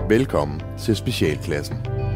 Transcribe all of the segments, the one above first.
Velkommen til Specialklassen.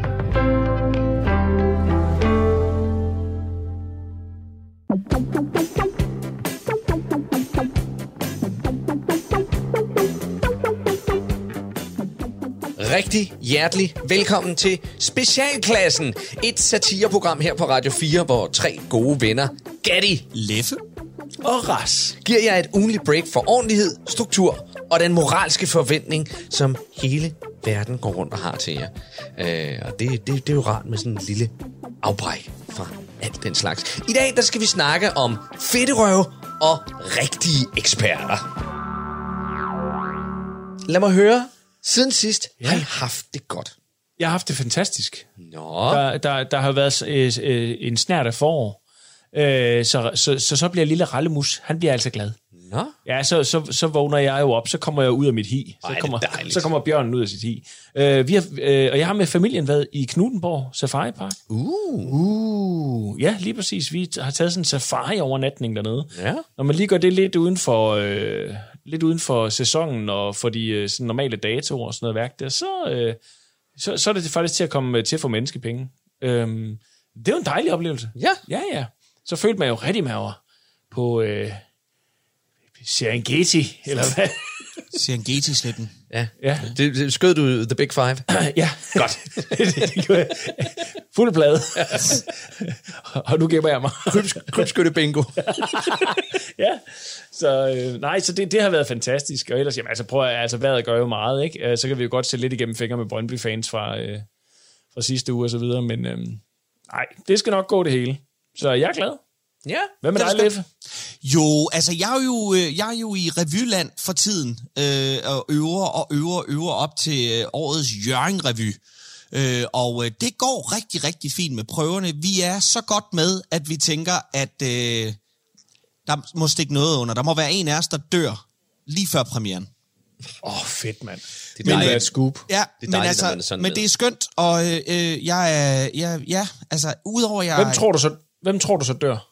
Rigtig hjertelig velkommen til Specialklassen, et satireprogram her på Radio 4, hvor tre gode venner, Gatti, Leffe og Ras, giver jer et ugenligt break for ordentlighed, struktur og den moralske forventning, som hele verden går rundt og har til jer. Og det er jo rart med sådan en lille afbræk fra alt den slags. I dag der skal vi snakke om fedterøv og rigtige eksperter. Lad mig høre, siden sidst har I haft det godt? Jeg har haft det fantastisk. Nå. Der har været en snert af forår. Så bliver lille Rallemus, han bliver altså glad. Nå. Ja, så vågner jeg jo op, så kommer jeg ud af mit hi. Så kommer bjørnen ud af sit hi. Og jeg har med familien været i Knuthenborg Safari Park. Ja, lige præcis. Vi har taget sådan en safari-overnatning dernede. Ja. Når man lige gør det lidt uden for sæsonen og for de sådan normale datoer og sådan noget værk der, så er det faktisk til at komme til at få menneskepenge. Det er jo en dejlig oplevelse. Ja. Så følte man jo rigtig maver på Serengeti, eller hvad? Serengeti-sletten. Ja. Det skød du The Big Five? Ja. Godt. Fuld plade. Og nu gemmer jeg mig. Krybskytte bingo. Ja. Så det har været fantastisk. Og ellers, vejret gør jo meget, ikke? Så kan vi jo godt se lidt igennem fingre med Brøndby-fans fra sidste uge og så videre. Men nej, det skal nok gå det hele. Så jeg er glad. Ja. Hvad med dig, Leffe? Jo, altså jeg er jo i revyland for tiden, og øver op til årets Hjørring-revy. Og det går rigtig, rigtig fint med prøverne. Vi er så godt med, at vi tænker, at der må stikke noget under. Der må være en af os, der dør lige før premieren. Fedt, mand. Det er dejligt et scoop. Ja, det er men det er skønt, og udover jeg... Hvem tror du så dør?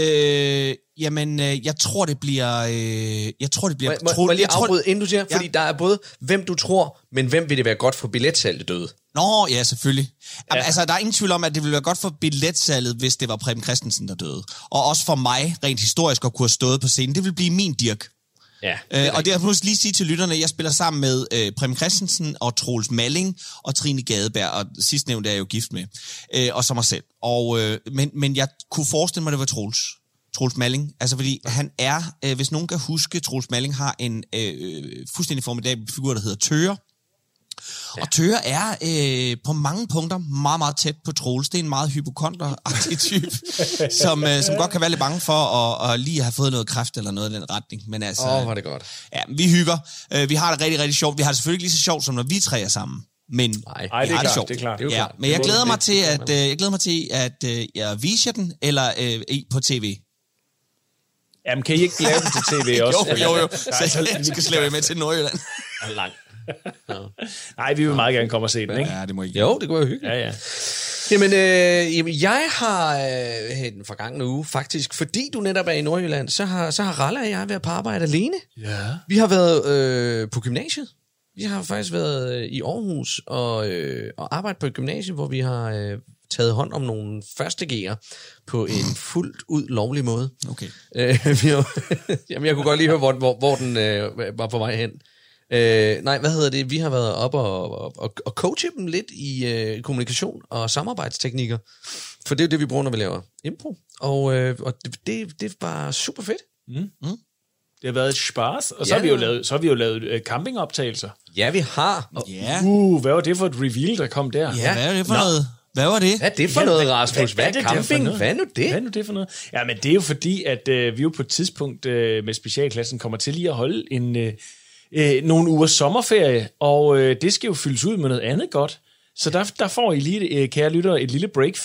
Jeg tror det bliver Må jeg lige afbryde, inden du siger, fordi der er både hvem du tror, men hvem vil det være godt for billetsalget døde? Nå, ja, selvfølgelig. Ja. Altså, der er ingen tvivl om, at det ville være godt for billetsalget, hvis det var Preben Christensen, der døde. Og også for mig, rent historisk, at kunne have stået på scenen. Det vil blive min Dirk. Ja, og det må jeg lige sige til lytterne, jeg spiller sammen med Preben Christensen og Troels Malling og Trine Gadeberg, og sidstnævnte er jeg jo gift med, og så mig selv. Men jeg kunne forestille mig, at det var Troels Malling, altså fordi han er, hvis nogen kan huske, Troels Malling har en fuldstændig formidabel figur, der hedder Tøre. Ja. Og Tøre er på mange punkter meget, meget tæt på Troels. Det er en meget hypokonter-agtig type, som godt kan være lidt bange for at lige have fået noget kræft eller noget i den retning. Men altså, var det godt. Ja, vi hygger. Vi har det rigtig, rigtig sjovt. Vi har det selvfølgelig lige så sjovt, som når vi tre er sammen. Men det er klart, det er klart. Ja, men jeg glæder mig til, at jeg viser den eller på tv. Jamen, kan I ikke lave den til tv også? Jo. Vi skal slæve med til Nordjylland. Langt. Nej, vi vil meget gerne komme og se den, ikke? Ja, det må I ikke. Jo, det kunne være hyggeligt. Ja. Jamen, jeg har den forgangne uge, faktisk, fordi du netop er i Nordjylland, så har Ralle og jeg været på arbejde alene. Ja. Vi har været på gymnasiet. Vi har faktisk været i Aarhus og arbejdet på et gymnasium, hvor vi har taget hånd om nogle førsteg'ere på en fuldt ud lovlig måde. Okay. Jamen, jeg kunne godt lige høre, hvor den var på vej hen. Vi har været op og coache dem lidt i kommunikation og samarbejdsteknikker. For det er jo det, vi bruger, når vi laver impro. Og det var super fedt. Det har været et spas, og så har vi jo lavet campingoptagelser. Ja, vi har. Hvad var det for et reveal, der kom der? Ja, hvad er det for noget? Hvad var det? Hvad er det for noget, Rasmus? Hvad er camping? Hvad er nu det? Hvad er nu det for noget? Ja, men det er jo fordi, at vi jo på et tidspunkt med specialklassen kommer til lige at holde nogle ugers sommerferie, og det skal jo fyldes ud med noget andet godt. Så der får I lige, kære lyttere, et lille break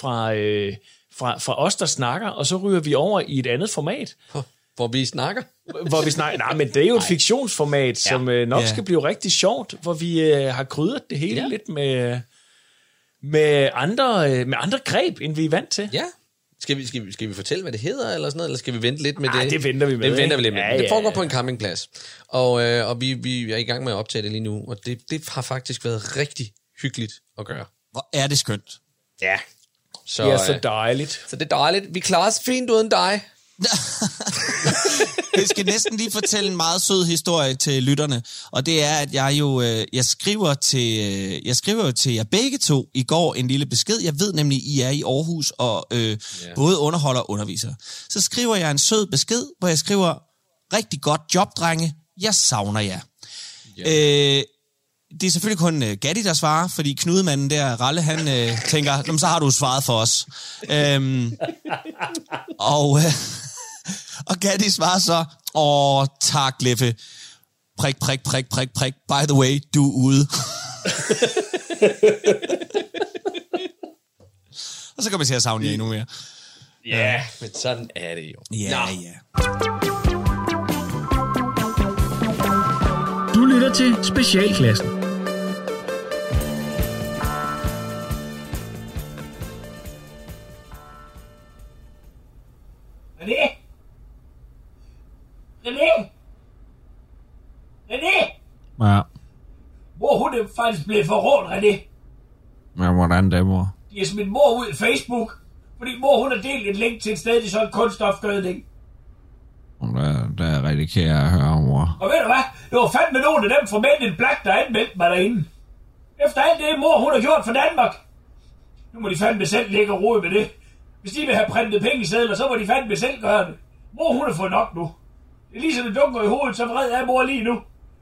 fra os, der snakker, og så ryger vi over i et andet format. Hvor vi snakker? Nej, men det er jo et fiktionsformat, som nok skal blive rigtig sjovt, hvor vi har krydret det hele lidt med andre greb, end vi er vant til. Ja. Skal vi fortælle, hvad det hedder, eller sådan noget, eller skal vi vente lidt med det? Det venter vi med. Det venter vi lidt med. Det foregår på en campingplads, og vi er i gang med at optage det lige nu, og det har faktisk været rigtig hyggeligt at gøre. Hvor er det skønt. Ja. Så, det er så dejligt. Så det er dejligt. Vi klarer os fint uden dig. Jeg skal næsten lige fortælle en meget sød historie til lytterne, og det er, at jeg skriver til jer begge to i går en lille besked. Jeg ved nemlig, I er i Aarhus og både underholder og underviser. Så skriver jeg en sød besked, hvor jeg skriver, rigtig godt job, drenge. Jeg savner jer. Yeah. Det er selvfølgelig kun Gatti, der svarer, fordi knudemanden der, Ralle, han tænker, så har du svaret for os. Og Gatti svarer så, tak, Leffe. Prik. By the way, du er ude. Og så kommer vi til at savne jer endnu mere. Ja, men sådan er det jo. Ja. Du lytter til Specialklassen. René! Ja. Mor, hun er faktisk blevet forrådt, René. Men hvordan det, mor? De har smidt mor ud af Facebook, fordi mor, hun har delt et link til et sted, de sådan kunststofgødning. Det er rigtig kære at høre, mor. Og ved du hvad? Det var fandme nogen af dem fra Men in Black, der anmeldte mig derinde. Efter alt det, mor, hun har gjort for Danmark. Nu må de fandme selv ligge og rode med det. Hvis de vil have printet pengesedler, så må de fandme selv gøre det. Mor, hun har fået nok nu. Det er ligesom det dunker i hovedet, så vred er mor lige nu.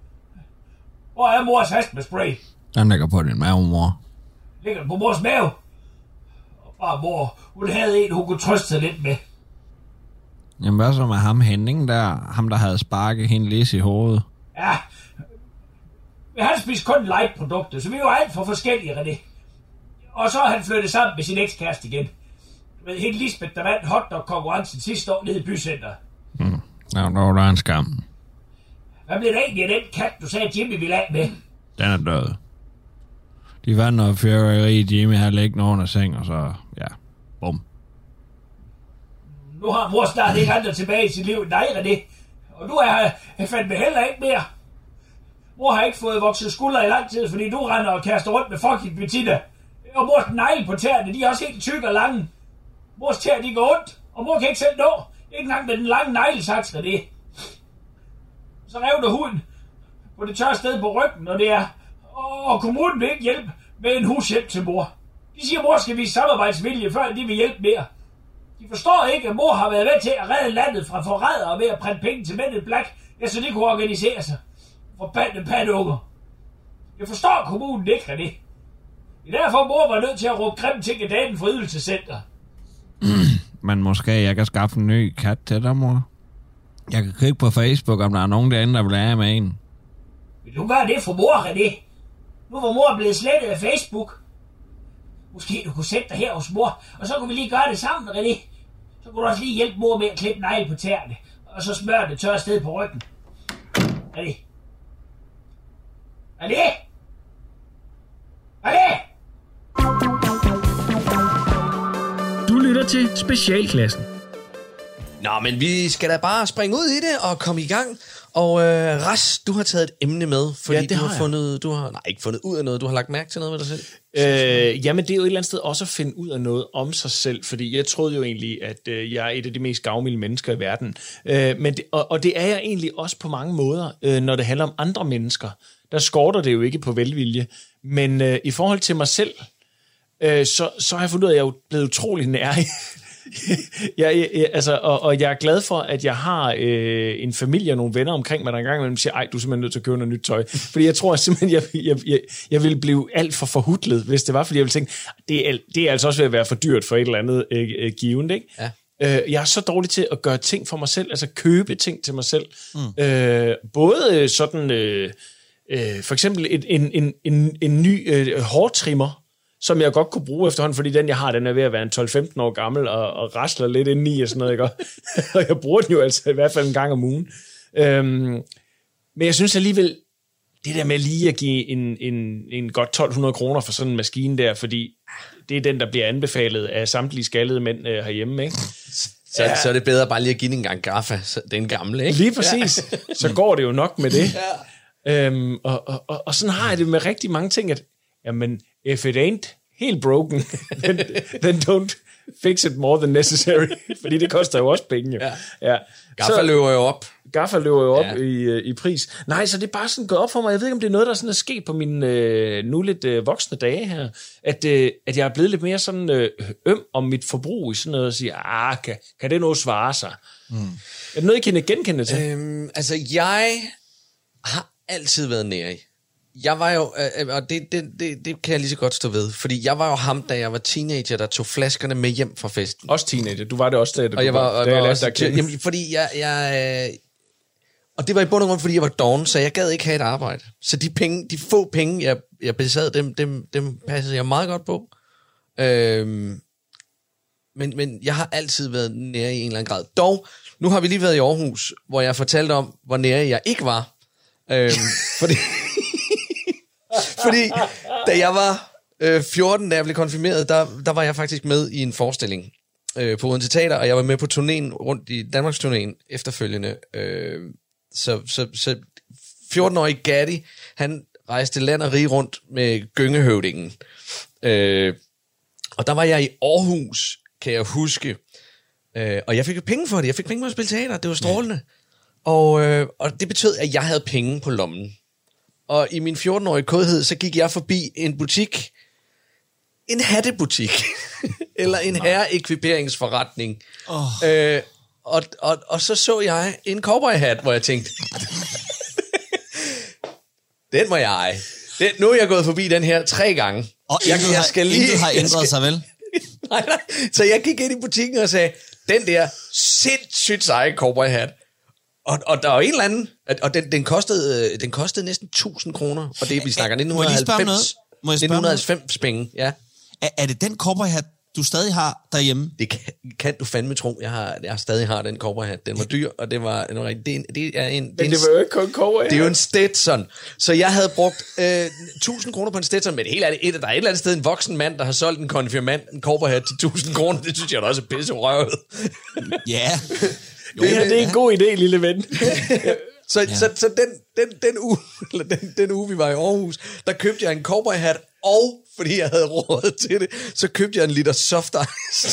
Hvor er mors astmaspray? Den ligger på din mave, mor. Ligger den på mors mave? Og bare mor, hun havde en, hun kunne trøste sig lidt med. Jamen hvad så med ham Henning der? Ham der havde sparket hende Lise i hovedet. Ja, men han spiste kun light-produkter, så vi var alt for forskellige, René. Og så har han flyttet sammen med sin ekskæreste igen. Med hende Lisbeth, der vandt hotdog-konkurrencen sidste år nede i bycenteret. Ja, der var en skam. Hvad blev der egentlig af den kat, du sagde, Jimmy ville af med? Den er død. De fandt noget fyrværkeri, Jimmy havde liggende under seng, og så, ja, bum. Nu har mor snart ikke andre tilbage i sit liv end dig, René. Og du er fandme heller ikke mere. Mor har ikke fået vokset skuldre i lang tid, fordi du render og kaster rundt med fucking Bettina. Og mors negle på tæerne, de er også helt tykke og lange. Mors tæer, de går ondt, og mor kan ikke selv nå. Ikke engang med den lange neglesaks, René. Så rev du huden på det tørre sted på ryggen, og det er... Og kommunen vil ikke hjælpe med en hushjælp til mor. De siger, at mor skal vise samarbejdsvilje, før de vil hjælpe mere. De forstår ikke, at mor har været med til at redde landet fra forrædere ved at printe penge til Men in Black, ja, så de kunne organisere sig. Forbandede pandunger. Jeg forstår kommunen ikke, René. Det er derfor, mor var nødt til at råbe grimme ting i dagen for ydelsescenter. Men måske jeg kan skaffe en ny kat til dig, mor. Jeg kan kigge på Facebook, om der er nogen derinde, der vil have med en. Vil du gøre det for mor, René? Nu var mor blevet slettet af Facebook. Måske du kunne sætte dig her hos mor, og så kunne vi lige gøre det sammen, René. Så kunne du også lige hjælpe mor med at klippe negle på tæerne, og så smøre det tørre sted på ryggen. René? René? René? Du lytter til Specialklassen. Nå, men vi skal da bare springe ud i det og komme i gang. Og Ras, du har taget et emne med, fordi du har fundet, ikke fundet ud af noget, du har lagt mærke til noget med dig selv. Jamen, det er jo et eller andet sted også at finde ud af noget om sig selv, fordi jeg troede jo egentlig, at jeg er et af de mest gavmilde mennesker i verden. Men det er jeg egentlig også på mange måder, når det handler om andre mennesker. Der skorter det jo ikke på velvilje. Men i forhold til mig selv, så har jeg fundet ud af, at jeg er blevet utrolig nærig. Og jeg er glad for, at jeg har en familie og nogle venner omkring mig, der engang imellem siger, ej, du er simpelthen nødt til at købe noget nyt tøj. Fordi jeg tror simpelthen, jeg ville blive alt for forhudlet, hvis det var, fordi jeg ville tænke, det er altså også ved at være for dyrt for et eller andet givende, ikke? Ja. Jeg er så dårlig til at gøre ting for mig selv, altså købe ting til mig selv. Både sådan, for eksempel en ny hårtrimmer, som jeg godt kunne bruge efterhånden, fordi den, jeg har, den er ved at være en 12-15 år gammel, og rasler lidt indeni og sådan noget, ikke? Og jeg bruger den jo altså i hvert fald en gang om ugen. Men jeg synes alligevel, det der med lige at give en godt 1.200 kroner for sådan en maskine der, fordi det er den, der bliver anbefalet af samtlige skaldede mænd herhjemme, ikke? Så er det bedre bare lige at give den en gang Gaffa, den gamle, ikke? Lige præcis. Ja. Så går det jo nok med det. Ja. Og sådan har jeg det med rigtig mange ting, at jamen, if it ain't helt broken, then don't fix it more than necessary, fordi det koster jo også penge. Jo. Ja. Gaffa løber jo op. Gaffa løber jo op i pris. Nej, så det er bare sådan gået op for mig. Jeg ved ikke, om det er noget, der sådan er sket på mine nu lidt voksne dage her, at jeg er blevet lidt mere sådan øm om mit forbrug i sådan noget, og siger, kan det noget svare sig? Er det noget, I kan genkende til? Altså, jeg har altid været nærig. Jeg var jo, og det kan jeg lige så godt stå ved, fordi jeg var jo ham, da jeg var teenager, der tog flaskerne med hjem fra festen. Også teenager, du var det også, da jeg var fordi jeg og det var i bund og grund, fordi jeg var doven, så jeg gad ikke have et arbejde. Så de få penge, jeg besad, dem passede jeg meget godt på. Men jeg har altid været nære i en eller anden grad. Dog, nu har vi lige været i Aarhus, hvor jeg fortalte om, hvor nære jeg ikke var. Fordi da jeg var 14, da jeg blev konfirmeret, der var jeg faktisk med i en forestilling på Odense Teater, og jeg var med på turnéen rundt i Danmarks turnéen efterfølgende. Så 14-årig Gatti, han rejste land og rige rundt med Gyngehøvdingen. Og der var jeg i Aarhus, kan jeg huske. Og jeg fik jo penge for det. Jeg fik penge for at spille teater. Det var strålende. Og det betød, at jeg havde penge på lommen. Og i min 14-årige kodhed, så gik jeg forbi en butik, en hattebutik, eller en herreekviperingsforretning. Og så jeg en cowboyhat, hvor jeg tænkte, den må jeg eje. Nu er jeg gået forbi den her 3 gange. Og jeg skal lige har ændret sig, vel? Nej. Så jeg gik ind i butikken og sagde, den der sindssygt seje cowboyhat. Og der var en eller anden, og den kostede næsten 1.000 kroner, og det vi snakker 1990 penge, ja. Er det den cowboyhat, du stadig har derhjemme? Det kan du fandme tro. Jeg stadig har den cowboyhat. Den var dyr, og det var Men det var jo ikke kun cowboyhat. Det er jo en Stetson. Så jeg havde brugt 1.000 kroner på en Stetson, men der er et eller andet sted en voksen mand, der har solgt en konfirmand en cowboyhat til 1.000 kroner. Det synes jeg da også er pisse røvet. Ja. Det her, det er en god idé, lille ven. Så den uge, vi var i Aarhus, der købte jeg en cowboyhat, og fordi jeg havde råd til det, så købte jeg en liter soft ice.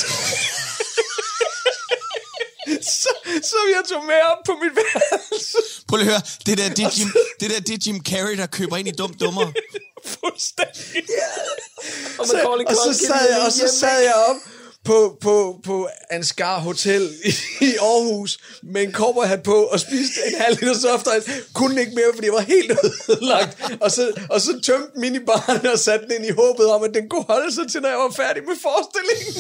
så jeg tog med op på mit værelse. Prøv lige at høre, det er Jim Carrey, der køber ind i dummer. Fuldstændig. Og så sad jeg op på Ansgar Hotel i Aarhus med en cowboyhat på og spiste en halv liter soft ice. Kunne ikke mere, fordi jeg var helt ødelagt. Og så tømte minibaren og satte den ind i håbet om, at den kunne holde sig til, når jeg var færdig med forestillingen.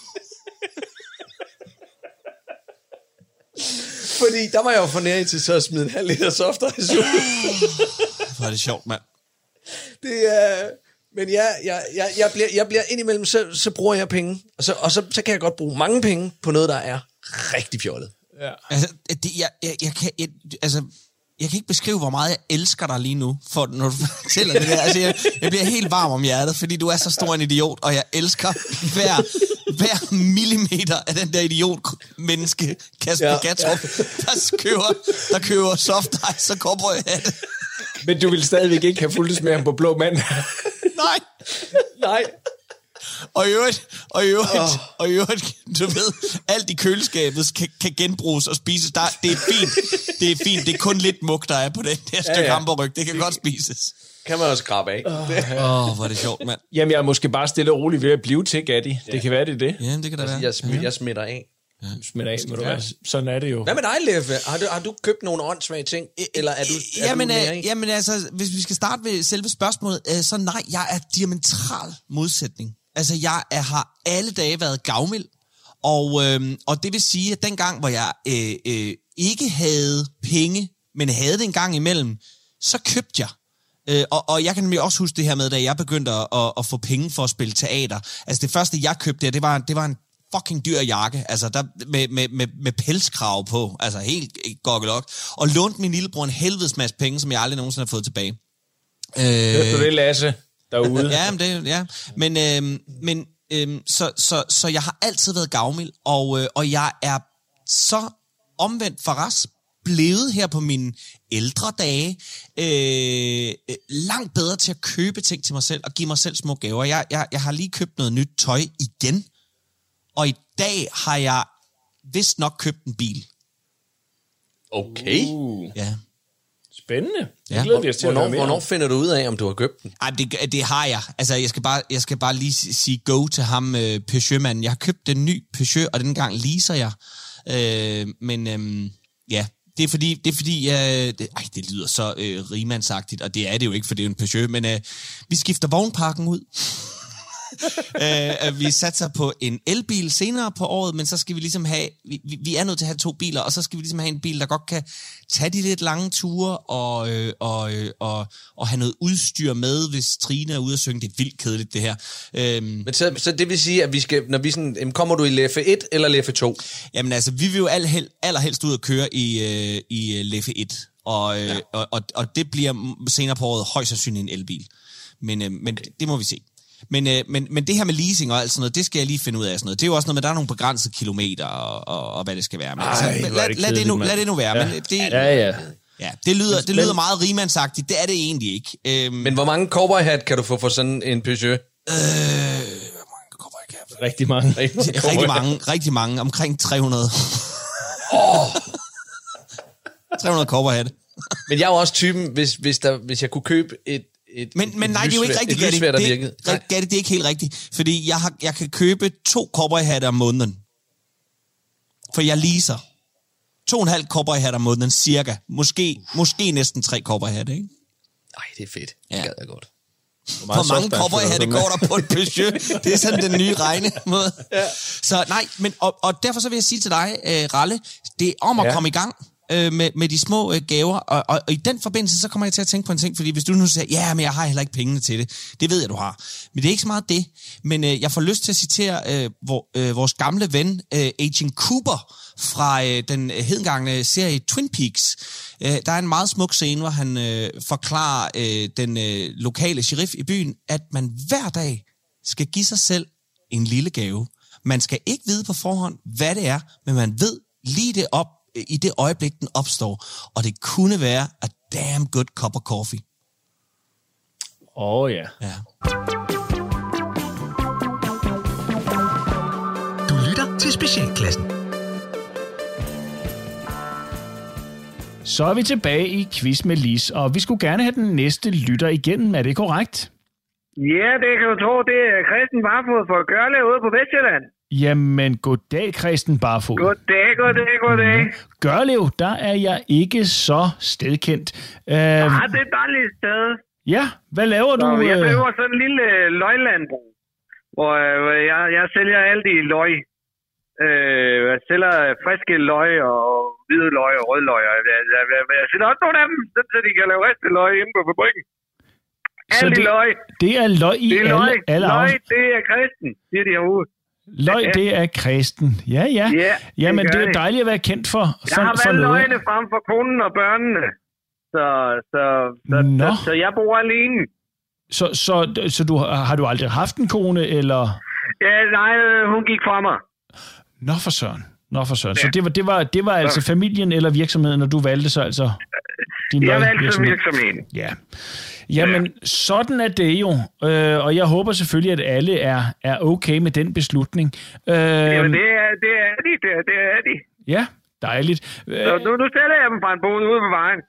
Fordi der var jeg jo for nærig til så at smide en halv liter soft ice ud. Hvor er det sjovt, mand. Det er... Men jeg bliver indimellem, så bruger jeg penge, og så kan jeg godt bruge mange penge på noget, der er rigtig fjollet. Ja. Jeg kan ikke beskrive, hvor meget jeg elsker dig lige nu, for når du fortæller det der. Altså, jeg bliver helt varm om hjertet, fordi du er så stor en idiot, og jeg elsker hver millimeter af den der idiot-menneske, Kasper Gatrup, der køber soft ice og cowboyhat. Men du vil stadigvæk ikke have fulgtes med ham på Blå Mand. Nej. Og i øvrigt, du ved, alt i køleskabet kan genbruges og spises. Det er fint. Det er kun lidt mug, der er på den der stykke hamburgerryg. Det kan godt spises. Kan man også skrabe af. Hvor er det sjovt, mand. Jamen, jeg er måske bare stille og roligt ved at blive til, Gatti. Det kan være, det er det. Ja, det kan da være. Jeg smitter af. Ja. Smitter af, må du være. Sådan er det jo. Hvad med dig, Leffe? Har du købt nogle åndssvage ting? Eller er du jamen altså, hvis vi skal starte ved selve spørgsmålet, så nej, jeg er diametral modsætning. Altså, jeg har alle dage været gavmild, og det vil sige, at dengang, hvor jeg ikke havde penge, men havde det en gang imellem, så købte jeg. Og jeg kan nemlig også huske det her med, da jeg begyndte at få penge for at spille teater. Altså, det første, jeg købte, det var en fucking dyr jakke, altså der med pelskrav på, altså helt gokkelok, og lånte min lillebror en helvedes masse penge, som jeg aldrig nogensinde har fået tilbage. Hørte du det, Lasse, derude? Så jeg har altid været gavmild, og jeg er så omvendt for ras blevet her på mine ældre dage langt bedre til at købe ting til mig selv og give mig selv små gaver. Jeg har lige købt noget nyt tøj igen, og i dag har jeg vist nok købt en bil. Okay. Ja. Spændende. Ja. Hvornår finder du ud af, om du har købt den? Ej, det har jeg. Altså, jeg skal bare lige sige go til ham, Peugeot-manden. Jeg har købt en ny Peugeot, og den gang leaser jeg. Ja, det er fordi det lyder så rigmandsagtigt, og det er det jo ikke, for det er jo en Peugeot, men vi skifter vognparken ud. Vi satser på en elbil senere på året, men så skal vi ligesom have, vi er nødt til at have 2 biler, og så skal vi ligesom have en bil, der godt kan tage de lidt lange ture og have noget udstyr med, hvis Trine er ude at synge. Det er vildt kedeligt, det her. Men så det vil sige, at vi skal, når vi sådan, kommer du i Leffe 1 eller Leffe 2? Jamen altså, vi vil jo allerhelst ud og køre i Leffe 1, og det bliver senere på året højst sandsynligt en elbil. Men det må vi se. Men det her med leasing og alt sådan noget, det skal jeg lige finde ud af sådan noget. Det er jo også noget med, der er nogle begrænsede kilometer og hvad det skal være. Men lad det nu være. Ja. Men det lyder meget rigmandsagtigt. Det er det egentlig ikke. Men hvor mange cowboyhat kan du få for sådan en Peugeot? Rigtig mange. Rigtig mange. Omkring 300. 300 cowboyhatte. Men jeg er jo også typen, hvis jeg kunne købe Men nej, det er jo ikke rigtigt, Gatti. Det er ikke helt rigtigt. Fordi jeg kan købe 2 cowboyhatter om måneden. For jeg leaser 2,5 cowboyhatter om måneden, cirka. Måske næsten 3 cowboyhatter, ikke? Nej, det er fedt. Det gad jeg godt. Hvor mange cowboyhatte går der på en Peugeot? Det er sådan den nye regnemåde. Ja. Så nej, men og derfor så vil jeg sige til dig, Ralle, det er om at komme i gang med de små gaver, og i den forbindelse, så kommer jeg til at tænke på en ting, fordi hvis du nu siger, ja, men jeg har heller ikke pengene til det, det ved jeg, du har. Men det er ikke så meget det, men jeg får lyst til at citere vores gamle ven, Agent Cooper, fra den hedengangne serie Twin Peaks. Der er en meget smuk scene, hvor han forklarer den lokale sheriff i byen, at man hver dag skal give sig selv en lille gave. Man skal ikke vide på forhånd, hvad det er, men man ved lige det op, i det øjeblik, den opstår. Og det kunne være a damn good cup of coffee. Ja. Du lytter til Specialklassen. Så er vi tilbage i Quiz med Lis, og vi skulle gerne have den næste lytter igennem. Er det korrekt? Ja, det kan du tro. Det er Christen Barfod fra Gørlev ude på Vestjylland. Jamen, goddag, Christen Barfod. Goddag. Gørlev, der er jeg ikke så stedkendt. Det er et dejligt sted. Ja, hvad laver du? Jeg driver sådan en lille løglandbrug, hvor jeg sælger alt i løg. Jeg sælger friske løg og hvide løg og rød løg. Jeg sælger også nogle af dem, så de kan lave ristet løg inde på fabrikken. Alt i løg. Det er løg i alle løg, det er kristen, siger de herude. Løg, det er kristen. Ja. Jamen, det er dejligt at være kendt for noget. Jeg har valgt løgene frem for konen og børnene. Så jeg bor alene. Så har du aldrig haft en kone, eller? Ja, nej, hun gik fra mig. Nå for søren. Ja. Så det var altså familien eller virksomheden, når du valgte så altså din løgvirksomhed? Jeg valgte virksomheden. Ja. Jamen, sådan er det jo, og jeg håber selvfølgelig, at alle er okay med den beslutning. Jamen, det er de. Ja, dejligt. Så nu stiller jeg dem fra en bod ude på vejen.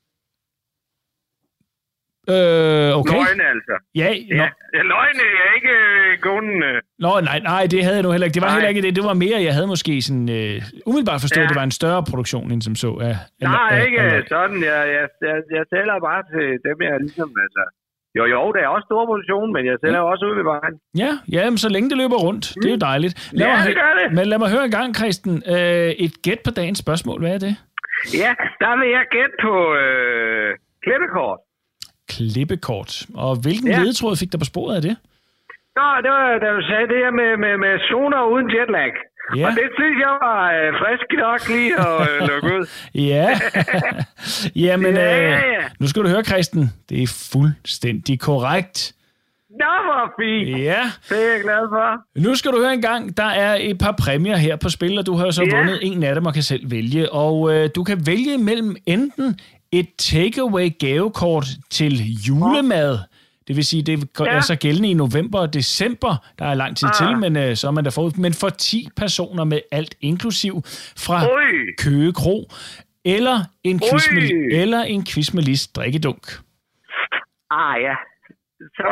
Okay. Løgne altså. Ja, løgne er ikke konen. Nej, det havde jeg nu heller ikke. Det var heller ikke det. Det var mere, jeg havde måske sådan umiddelbart forstået, at det var en større produktion, end som så. Ikke sådan. Jeg sælger bare til dem, jeg ligesom, altså. Jo, der er også stor produktion, men jeg sælger også ud ved vejen. Ja, men så længe det løber rundt. Det er jo dejligt. Det gør det. Men lad mig høre en gang, Christen. Et gæt på dagens spørgsmål. Hvad er det? Ja, der vil jeg gætte på klippekort. Klippekort. Og hvilken ledetråd fik der på sporet af det? Det var, da du sagde det her med zoner uden jetlag. Ja. Og det synes jeg var frisk nok lige at lukke ud. Ja. Jamen, Ja. nu skal du høre, Christen. Det er fuldstændig korrekt. Nå, hvor fint. Ja. Det er jeg glad for. Nu skal du høre en gang, der er et par præmier her på spil, og du har jo så vundet en af dem og kan selv vælge. Og du kan vælge imellem enten et takeaway gavekort til julemad. Det vil sige, det er så gældende i november og december. Der er lang tid til, men så er man der forud. Men for 10 personer med alt inklusiv fra Køge Kro. Eller en quiz med Lis drikkedunk. Ja. Så,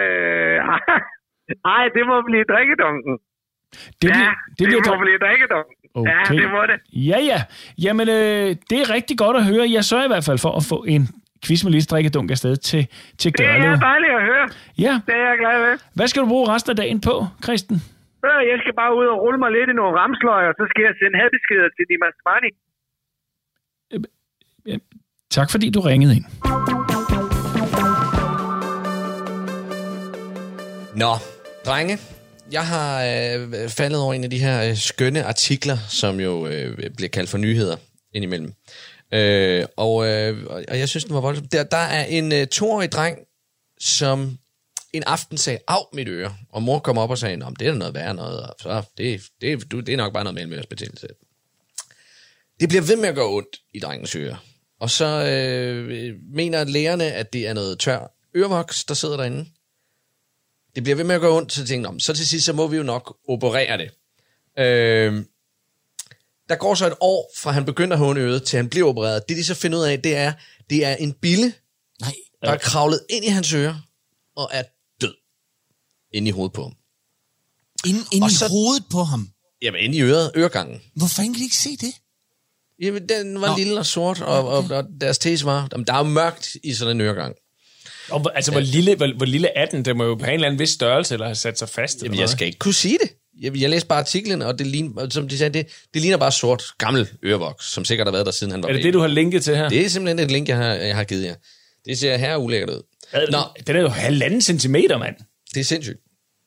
det må blive drikkedunken. Det må blive drikkedunken. Okay. Ja, det må det. Ja. Jamen, det er rigtig godt at høre. Jeg sørger i hvert fald for at få en quiz med Lis drikkedunk afsted til Gørlev. Det er dejligt at høre. Ja. Det er jeg glad ved. Hvad skal du bruge resten af dagen på, Christen? Jeg skal bare ud og rulle mig lidt i nogle ramsløg, og så skal jeg sende hadbeskeder til Dimas Mani. Tak fordi du ringede ind. Nå, drenge. Jeg har faldet over en af de her skønne artikler, som jo bliver kaldt for nyheder indimellem. Og jeg synes, den var voldsom. Der er en 2-årig dreng, som en aften sagde, mit øre. Og mor kom op og sagde, det er noget værre noget. Og så, det er nok bare noget mellemøresbetændelse. Det bliver ved med at gå ondt i drengens øre. Og så mener lægerne, at det er noget tør ørevoks, der sidder derinde. Det bliver ved med at gå ondt, så tænkte jeg, så til sidst, så må vi jo nok operere det. Der går så et år, fra han begynder at håne øret, til han bliver opereret. Det de så finder ud af, det er en bille, der er kravlet ind i hans øre, og er død. Inde i hovedet på ham. Inde i hovedet på ham? Jamen, inde i øregangen. Hvorfor kan de ikke se det? Jamen, den var lille og sort, og deres tese var, der er jo mørkt i sådan en øregang. Og, altså, hvor lille er den? Det må jo på en eller anden vis størrelse, eller have sat sig fast. Jamen, jeg skal ikke kunne sige det. Jeg læste bare artiklen, og det ligner, som de sagde, det ligner bare sort, gammel ørevoks, som sikkert har været der, siden han var baby. Er det, du har linket til her? Det er simpelthen et link, jeg har givet jer. Det ser her ulækkert ud. Den er jo 1,5 centimeter, mand. Det er sindssygt.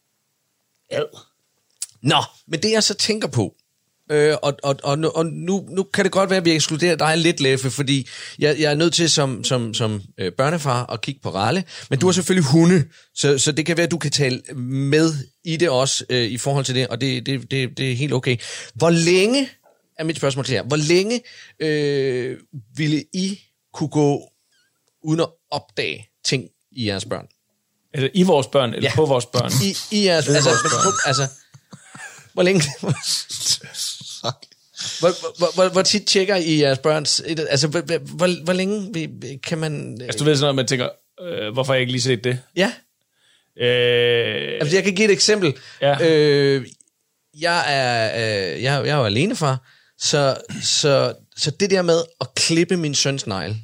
Nå, men det jeg så tænker på, og nu kan det godt være, at vi ekskluderer dig lidt, Leffe, fordi jeg er nødt til som børnefar at kigge på Ralle, men du har selvfølgelig hunde, så det kan være, at du kan tale med i det også, i forhold til det, og det er helt okay. Hvor længe, er mit spørgsmål til jer, hvor længe ville I kunne gå uden at opdage ting i jeres børn? Altså i vores børn, eller på vores børn? I jeres, altså, hvor længe... Hvor tit tjekker I jeres børns... Altså, hvor længe kan man... Altså, du ved sådan noget, man tænker, hvorfor har jeg ikke lige set det? Ja. Altså, jeg kan give et eksempel. Ja. Jeg er jo alenefar, så det der med at klippe min søns negle,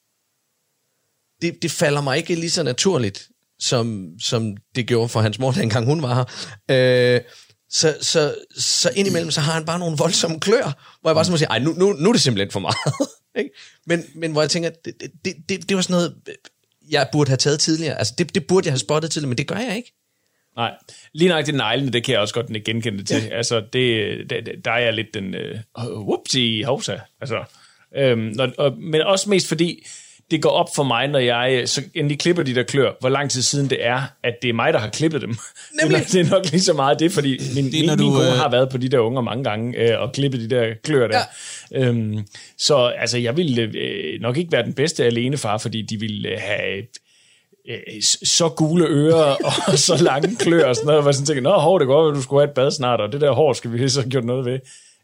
det falder mig ikke lige så naturligt, som det gjorde for hans mor, dengang hun var her. Så indimellem, så har han bare nogle voldsomme klør, hvor jeg bare så må sige, nu er det simpelthen for meget. men hvor jeg tænker, det var sådan noget, jeg burde have taget tidligere. Altså, det burde jeg have spottet tidligere, men det gør jeg ikke. Nej, lige nok det neglene, det kan jeg også godt genkende til. Ja. Altså, der er jeg lidt den, whoopsie, hovsa. Altså, men også mest fordi, det går op for mig, når jeg så endelig klipper de der klør, hvor lang tid siden det er, at det er mig, der har klippet dem. Det er nok lige så meget det, fordi min kone har været på de der unger mange gange, og klippet de der klør der. Ja. Så altså, jeg ville nok ikke være den bedste alenefar, fordi de ville have så gule ører og så lange klør og sådan noget, hvor jeg sådan tænker, det går, at du skulle have et bad snart, og det der hår skal vi så have gjort noget ved.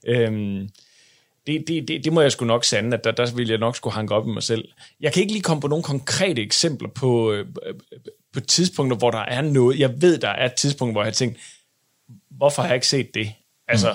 Det må jeg sgu nok sande, at der ville jeg nok skulle hanke op i mig selv. Jeg kan ikke lige komme på nogle konkrete eksempler på tidspunkter, hvor der er noget. Jeg ved, der er et tidspunkt, hvor jeg har tænkt, hvorfor har jeg ikke set det? Altså,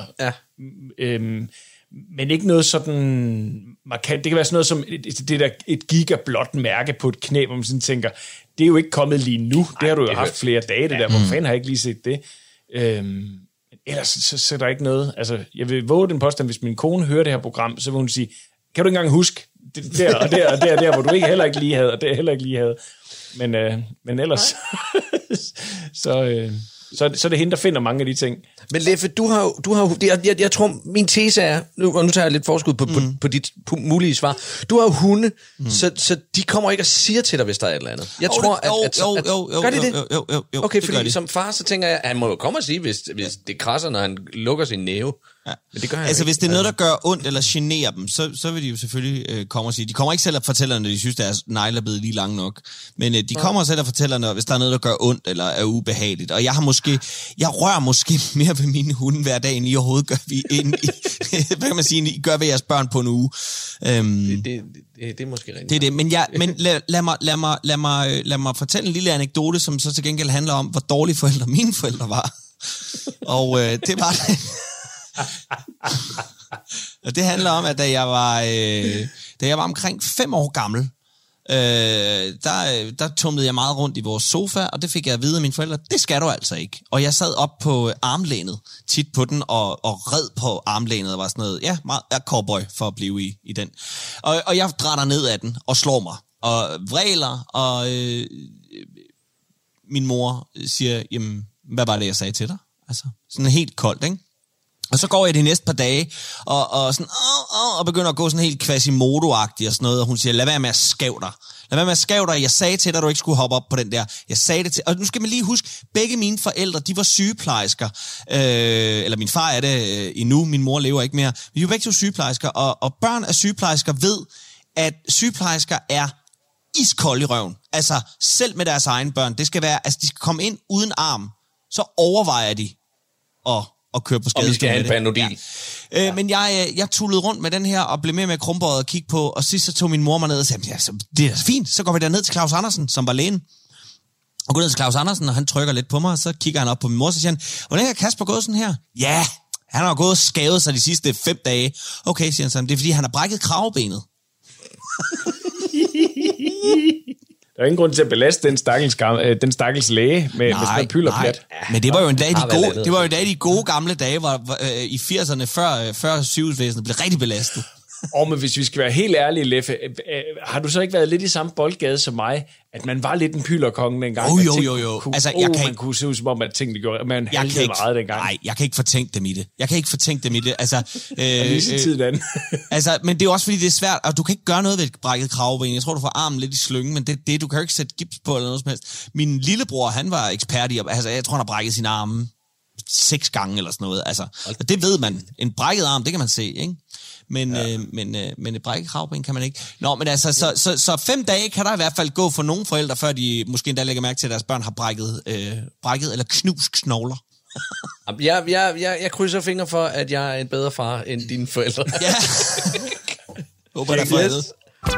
men ikke noget sådan markant. Det kan være sådan noget som det der et gigablåt mærke på et knæ, hvor man sådan tænker, det er jo ikke kommet lige nu. Det har du jo haft flere dage, det der. Hvor fanden har jeg ikke lige set det? Ellers så er der ikke noget. Altså, jeg vil våge den påstand, hvis min kone hører det her program, så vil hun sige, kan du ikke engang huske det der og der og der, der hvor du heller ikke lige havde, og det heller ikke lige havde. Men ellers, så Så er det hende, der finder mange af de ting. Men Leffe, du har jeg tror, min tese er, nu tager jeg lidt forskud på dit mulige svar, du har jo hunde, så de kommer ikke og siger til dig, hvis der er et eller andet. Jeg tror, at gør de det? Jo, okay, det fordi som far, så tænker jeg, at han må jo komme og sige, hvis det krasser, når han lukker sin næve. Ja. Men det gør han altså, ikke. hvis det er noget, der gør ondt eller generer dem, så vil de jo selvfølgelig komme og sige. De kommer ikke selv og fortæller, når de synes, deres negle er blevet lige lang nok. Men de kommer selv og fortæller, når, hvis der er noget, der gør ondt eller er ubehageligt. Og jeg rører måske mere ved mine hunde hver dag, end I overhovedet gør, hvad kan man sige, I gør ved jeres børn på en uge. Det er måske rigtigt. Det er det, men lad mig fortælle en lille anekdote, som så til gengæld handler om, hvor dårlige forældre mine forældre var. Og det var det. Og det handler om, at da jeg var omkring 5 år gammel, der tumlede jeg meget rundt i vores sofa, og det fik jeg at vide af mine forældre, det skal du altså ikke. Og jeg sad op på armlænet, tit på den, og red på armlænet, og var sådan noget, ja, meget cowboy for at blive i den. Og jeg drætter ned af den, og slår mig, og vræler, og min mor siger, jamen, hvad var det, jeg sagde til dig? Altså, sådan helt koldt, ikke? Og så går jeg de næste par dage, og sådan, og begynder at gå sådan helt Quasimodo-agtigt og sådan noget, og hun siger, lad være med at skæve dig. Lad være med at skæve dig, jeg sagde til dig, at du ikke skulle hoppe op på den der. Jeg sagde det til, og nu skal man lige huske, begge mine forældre, de var sygeplejersker, eller min far er det endnu, min mor lever ikke mere. Vi er jo begge to sygeplejersker, og børn af sygeplejersker ved, at sygeplejersker er iskold i røven. Altså, selv med deres egne børn, det skal være, altså de skal komme ind uden arm, så overvejer de at køre på skadestuen. Og vi skal have en Panodil. Ja. Men jeg tullede rundt med den her, og blev mere med krumbøjet og kigge på, og sidst så tog min mor mig ned og sagde, ja, det er fint, så går vi ned til Claus Andersen, som var lægen. Og går ned til Claus Andersen, og han trykker lidt på mig, og så kigger han op på min mor, og så siger han, hvordan er Kasper gået sådan her? Ja, han har gået og skadet sig de sidste 5 dage. Okay, siger han så, det er fordi, han har brækket kravebenet. Der er ingen grund til at belaste den stakkels læge med sådan en pylderplat. Men det var jo en dag de gode gamle dage, hvor i 80'erne, før sygehusvæsenet blev rigtig belastet. Men hvis vi skal være helt ærlige, Leffe, har du så ikke været lidt i samme boldgade som mig, at man var lidt en pylderkonge dengang? Jo. Altså, man kunne se ud som om, at tingene gjorde, man halvede meget dengang. Nej, jeg kan ikke fortænke dem i det. Altså, altså, men det er også fordi, det er svært, og du kan ikke gøre noget ved et brækket kravben. Jeg tror, du får armen lidt i slyngen, men det du kan jo ikke sætte gips på eller noget som helst. Min lillebror, han var ekspert i, altså, jeg tror, han har brækket sin arme 6 gange eller sådan noget. Altså, og det ved man. En brækket arm, det kan man se, ikke? Men et brækket kravben kan man ikke. Nå, men altså, så 5 dage kan der i hvert fald gå for nogle forældre, før de måske endda lægger mærke til, at deres børn har brækket eller knust knogler. Jeg krydser fingre for, at jeg er en bedre far end dine forældre. Ja. Håber, der er yes.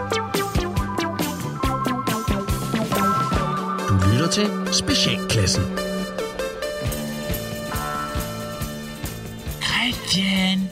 Du lytter til Specialklassen. Christian.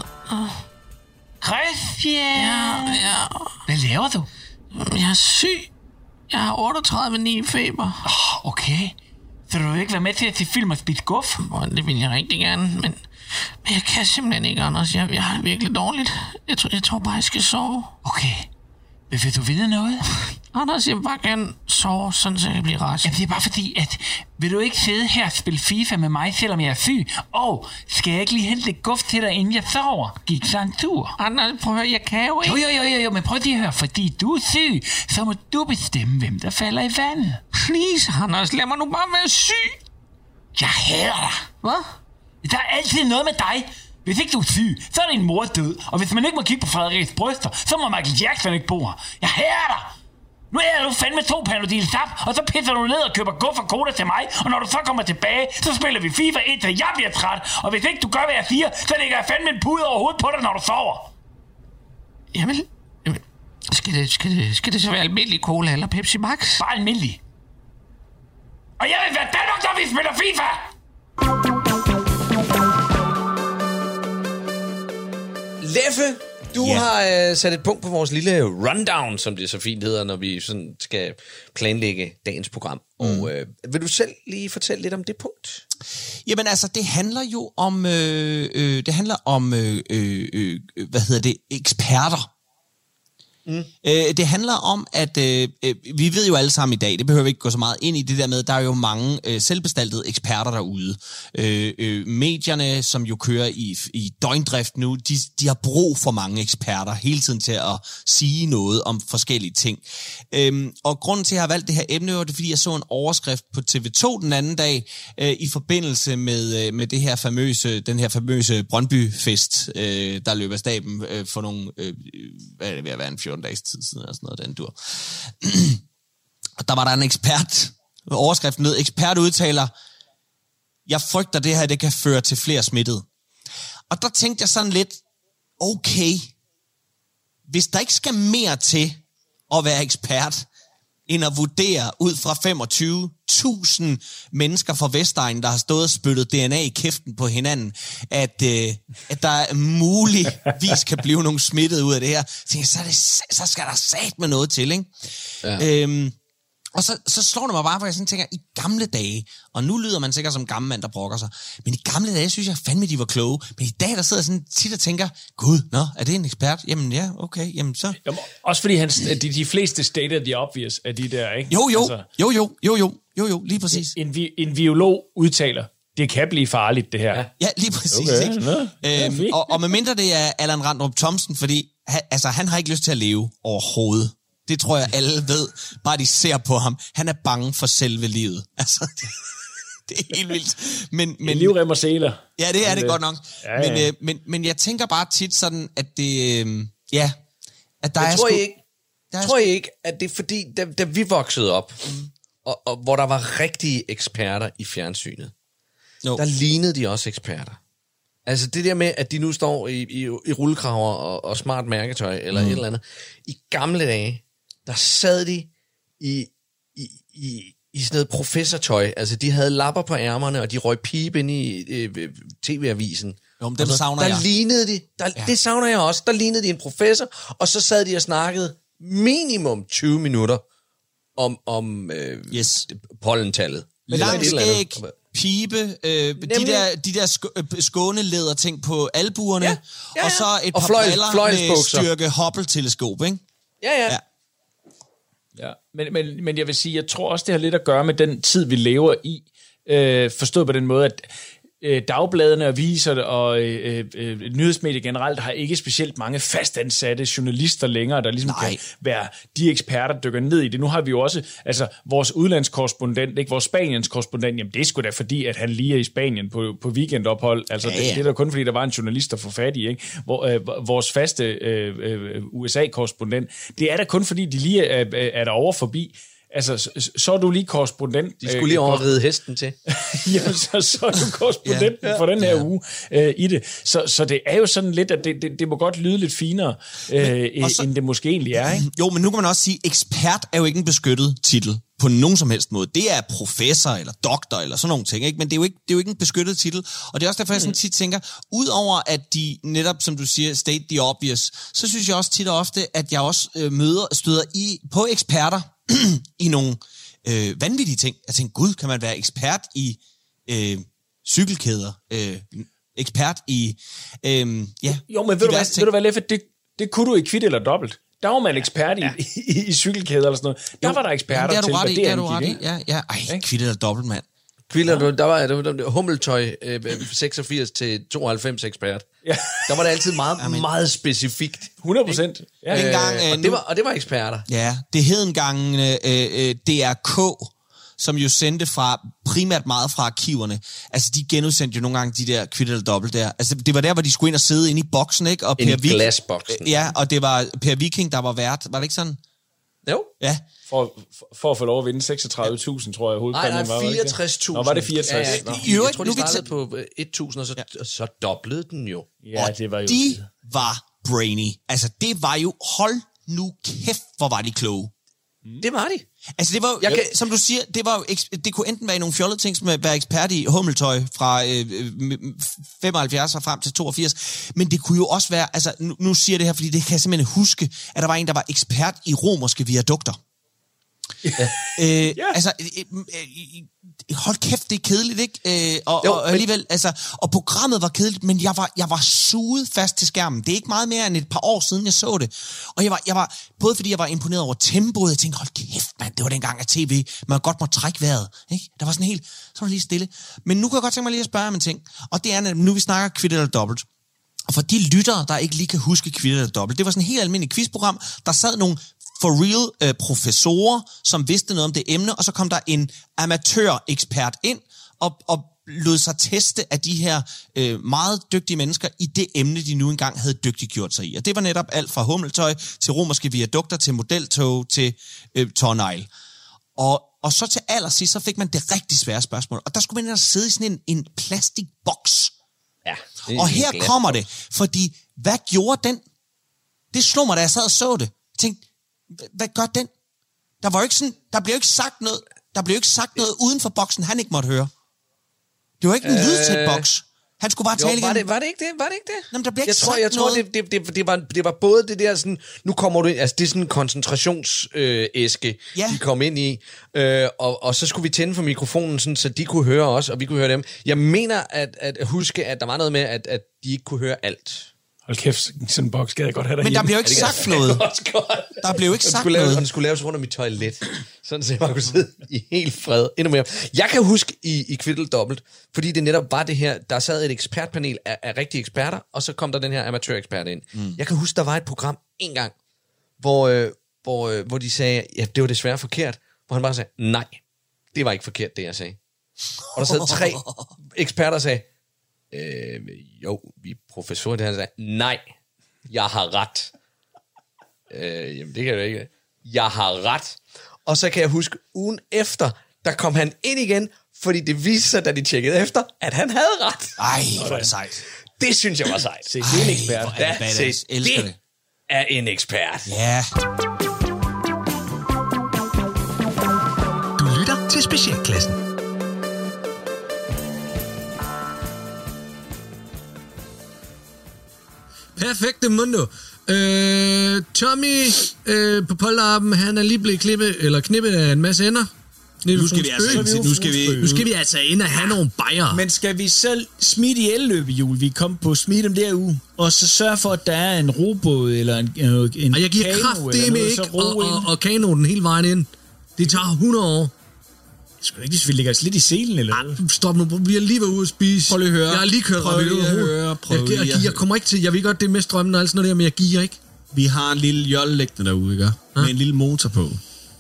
Christian! Ja. Hvad laver du? Jeg er syg. Jeg har 38,9 feber. Okay. Så du vil ikke være med til at se film og spise guf? Det vil jeg rigtig gerne, men jeg kan simpelthen ikke, Anders. Jeg har det virkelig dårligt. Jeg tror bare, jeg skal sove. Okay. Vil du vide noget? Anders, jeg vil bare gerne sove, sådan så jeg bliver rask. Jamen, det er bare fordi, at vil du ikke sidde her og spille FIFA med mig, selvom jeg er syg? Og skal jeg ikke lige hente lidt guf til dig, inden jeg sover? Gik så en tur? Anders, prøv at høre, jeg kan jo ikke. Jo, men prøv lige at høre. Fordi du er syg, så må du bestemme, hvem der falder i vandet. Please, Anders, lad mig nu bare være syg. Jeg hader dig. Hvad? Der er altid noget med dig. Hvis ikke du er syg, så er din mor død. Og hvis man ikke må kigge på Frederiks bryster, så må Michael Jackson ikke bo her. Jeg hader dig! Nu er du fandme 2 Panodil sap, og så pisser du ned og køber guf og cola til mig. Og når du så kommer tilbage, så spiller vi FIFA indtil jeg bliver træt. Og hvis ikke du gør, hvad jeg siger, så lægger jeg fandme en pude over hovedet på dig, når du sover. Jamen skal det så være almindelig cola eller Pepsi Max? Bare almindelig. Og jeg vil være Danmark, når vi spiller FIFA! Leffe, du har sat et punkt på vores lille rundown, som det så fint hedder, når vi sådan skal planlægge dagens program. Og vil du selv lige fortælle lidt om det punkt? Jamen altså, det handler jo om, eksperter. Det handler om, at vi ved jo alle sammen i dag, det behøver vi ikke gå så meget ind i det der med, der er jo mange selvbestaltede eksperter derude. Medierne, som jo kører i døgndrift nu, de har brug for mange eksperter hele tiden til at sige noget om forskellige ting. Og grunden til, at jeg har valgt det her emne, var det, fordi jeg så en overskrift på TV2 den anden dag, i forbindelse med det her den her famøse Brøndby-fest, der løb af staben for nogle, hvad er det ved at være, en 14 dages tid siden, eller sådan noget, den dur. Og der var der en ekspert, overskriften lød, ekspert udtaler, jeg frygter det her, det kan føre til flere smittede. Og der tænkte jeg sådan lidt, okay, hvis der ikke skal mere til at være ekspert, end at vurdere ud fra 25.000 mennesker fra Vestegnen, der har stået og spyttet DNA i kæften på hinanden, at der muligvis kan blive nogle smittede ud af det her. Så skal der sat med noget til, ikke? Ja. Og så slår det mig bare, for jeg sådan tænker, i gamle dage, og nu lyder man sikkert som gammel mand, der brokker sig, men i gamle dage synes jeg fandme, de var kloge. Men i dag, der sidder sådan tit og tænker, gud, er det en ekspert? Jamen ja, okay, jamen så. Jamen, også fordi de fleste stated the obvious af de der, ikke? Jo, lige præcis. En biolog udtaler, det kan blive farligt, det her. Ja, lige præcis. Okay, og medmindre det er Allan Randrup Thomsen, fordi han har ikke lyst til at leve overhovedet. Det tror jeg, alle ved, bare de ser på ham. Han er bange for selve livet. Altså, det er helt vildt. Men livrem og seler. Ja, det er det godt nok. Ja. Men jeg tænker bare tit sådan, at det... at der tror jeg ikke, at det er fordi, da vi voksede op, og hvor der var rigtige eksperter i fjernsynet, der lignede de også eksperter. Altså det der med, at de nu står i rullekraver og smart mærketøj, eller et eller andet. I gamle dage, der sad de i sådan noget professortøj. Altså, de havde lapper på ærmerne, og de røg pibe ind i TV-avisen. Jo, men dem savner jeg. Der lignede de, det savner jeg også, der lignede de en professor, og så sad de og snakkede minimum 20 minutter om pollentallet. Lang skæg, pibe, de der skånelederting på albuerne, og så et par briller med styrke Hubble-teleskop, ikke? Ja. Ja, men jeg vil sige, jeg tror også, det har lidt at gøre med den tid, vi lever i. Forstået på den måde, at dagbladene, aviser og nyhedsmedier generelt har ikke specielt mange fastansatte journalister længere, der ligesom kan være de eksperter, der dykker ned i det. Nu har vi jo også, altså vores udlandskorrespondent, ikke vores Spaniens korrespondent, jamen det er sgu da fordi, at han lige er i Spanien på weekendophold. Altså det er da kun fordi, der var en journalist, der får fat i, ikke? Vores faste USA-korrespondent, det er da kun fordi, de lige er derovre forbi. Altså, så er du lige korrespondent. De skulle lige override hesten til. Jamen, så er du korrespondenten for den her uge i det. Så det er jo sådan lidt, at det må godt lyde lidt finere, end det måske egentlig er, ikke? Jo, men nu kan man også sige, ekspert er jo ikke en beskyttet titel på nogen som helst måde. Det er professor eller doktor eller sådan nogle ting, ikke? Men det er jo ikke en beskyttet titel. Og det er også derfor, jeg sådan tit tænker, udover at de netop, som du siger, state the obvious, så synes jeg også tit og ofte, at jeg også støder på eksperter i nogle vanvittige ting. Jeg tænker, gud, kan man være ekspert i cykelkæder? Ekspert i... Jo, men ved du hvad, Leffe, det kunne du i Kvit eller Dobbelt. Der var man ekspert i cykelkæder eller sådan noget. Der var der eksperter til, hvad det angik. Ja. Ej, Kvit eller Dobbelt, mand. Der var Hummeltøj 86 til 92 ekspert. Ja. Der var det altid meget specifikt. 100%. Ja. Og det var eksperter. Ja, det hed engang DRK, som jo sendte primært meget fra arkiverne. Altså, de genudsendte jo nogle gange de der Kvit eller Dobbelt der. Altså, det var der, hvor de skulle ind og sidde inde i boksen, ikke? Og i glasboksen. Ja, og det var Per Viking, der var vært. Var det ikke sådan? Jo. Ja. For at få lov at vinde 36.000, tror jeg, hovedpræmien var. Nej, 64.000. Nå, var det 64? Jeg tror, de startede på 1.000, og så doblede den jo. Ja, det var jo... de var brainy. Altså, det var jo... Hold nu kæft, hvor var de kloge. Det var de. Altså, det var jo, som du siger, det kunne enten være i nogle fjollede ting, som at være ekspert i hummeltøj fra 75 og frem til 82, men det kunne jo også være, altså, nu siger jeg det her, fordi det kan jeg simpelthen huske, at der var en, der var ekspert i romerske viadukter. Altså, hold kæft, det er kedeligt, ikke? Og alligevel, altså, og programmet var kedeligt, men jeg var suget fast til skærmen. Det er ikke meget mere end et par år siden, jeg så det. Og jeg var både fordi jeg var imponeret over tempoet, jeg tænkte, hold kæft, mand, det var dengang af tv, man godt måtte trække vejret, ikke? Der var sådan så var lige stille. Men nu kan jeg godt tænke mig lige at spørge om en ting, og det er, nu vi snakker Kvit eller Dobbelt. Og for de lyttere, der ikke lige kan huske Kvit eller Dobbelt, det var sådan et helt almindeligt quizprogram, der sad nogle for real professorer, som vidste noget om det emne, og så kom der en amatør-ekspert ind, og lod sig teste af de her meget dygtige mennesker i det emne, de nu engang havde dygtiggjort sig i. Og det var netop alt fra hummeltøj til romerske viadukter, til modeltog, til tårnegl. Og så til allersidst, så fik man det rigtig svære spørgsmål. Og der skulle man ellers sidde i sådan en plastikboks. Ja, og her kommer det, fordi hvad gjorde den? Det slog mig, da jeg sad og så det. Jeg tænkte, hvad gør den? Der blev jo ikke sagt noget uden for boksen, han ikke måtte høre. Det var ikke en lydtæt boks. Han skulle bare tale igen. Var det ikke det? Jamen, der bliver ikke jeg tror, det var både det der sådan, nu kommer du ind, altså det er sådan en koncentrationsæske, de kom ind i, og så skulle vi tænde for mikrofonen, sådan, så de kunne høre os, og vi kunne høre dem. Jeg mener at huske, at der var noget med, at de ikke kunne høre alt. Hold kæft, sådan en boks skal jeg godt have derhjemme. Men der blev ikke sagt noget. Der blev ikke sagt noget. Og den skulle laves rundt om mit toilet. Sådan så jeg bare kunne sidde i helt fred. Endnu mere. Jeg kan huske i Kvit eller Dobbelt, fordi det netop var det her, der sad et ekspertpanel af rigtige eksperter, og så kom der den her amatørekspert ind. Jeg kan huske, der var et program en gang, hvor de sagde, ja, det var desværre forkert, hvor han bare sagde, nej, det var ikke forkert, det jeg sagde. Og der sad 3 eksperter og sagde, jo, vi er professorer, det her sagde, nej, jeg har ret. Jamen, det kan jeg jo ikke. Jeg har ret. Og så kan jeg huske, ugen efter, der kom han ind igen, fordi det viste sig, da de tjekkede efter, at han havde ret. Ej, hvor er det sejt. Det synes jeg var sejt. Se, det er en ekspert. Det er en ekspert. Ja. Du lytter til Specialklassen. Perfekte mundo. Tommy på polterappen, han er lige blevet knippet af en masse ender. Nu skal vi altså ind og have nogle bajer. Men skal vi så smide i elløbehjul? Vi kom på smide dem der uge, og så sørge for, at der er en robåd eller en og jeg giver kraftedeme ikke og kanonen hele vejen ind. Det tager 100 år. Skal ikke, hvis vi lægger os lidt i selen, eller noget? Stop nu, vi har lige været ude at spise. Prøv lige at høre. Jeg har lige kørt jeg kommer ikke til, jeg ved godt, det er med strømmen og alt sådan noget der, men jeg giver ikke. Vi har en lille jolle liggende derude, ikke? Med en lille motor på.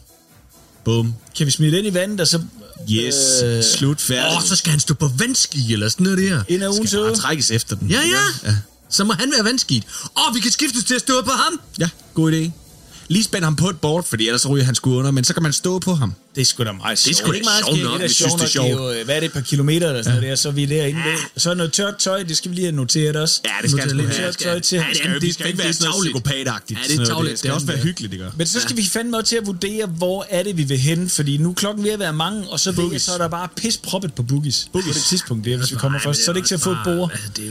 Bum. Kan vi smide den i vandet, og så... Yes, slut færdigt. Så skal han stå på vandski, eller sådan noget der. En af ugen skal bare trækkes efter den. Ja. Så må han være vandskid. Vi kan skiftes til at stå på ham. Ja, god idé. Lige spænd ham på et board, fordi ellers ryger han sgu under, men så kan man stå på ham. Det er sgu da meget sjovt. Det er sgu da ikke meget skægt. Det er sjovt nok, det er hvad er det, et par kilometer eller sådan noget, så er vi derinde. Så er noget tørt tøj, det skal vi lige have noteret også. Ja, det skal lidt tørt tøj til. Det skal ikke være sådan noget psykopatagtigt. Ja, det er tavligt. Det skal også være hyggeligt, det gør. Men så skal vi fandme til at vurdere, hvor er det, vi vil hen, fordi nu klokken ved at være mange, og så ved jeg, så er der bare pisproppet på Boogies. På det tidspunkt, det er, hvis vi kommer først, så er det ikke til at få et bord.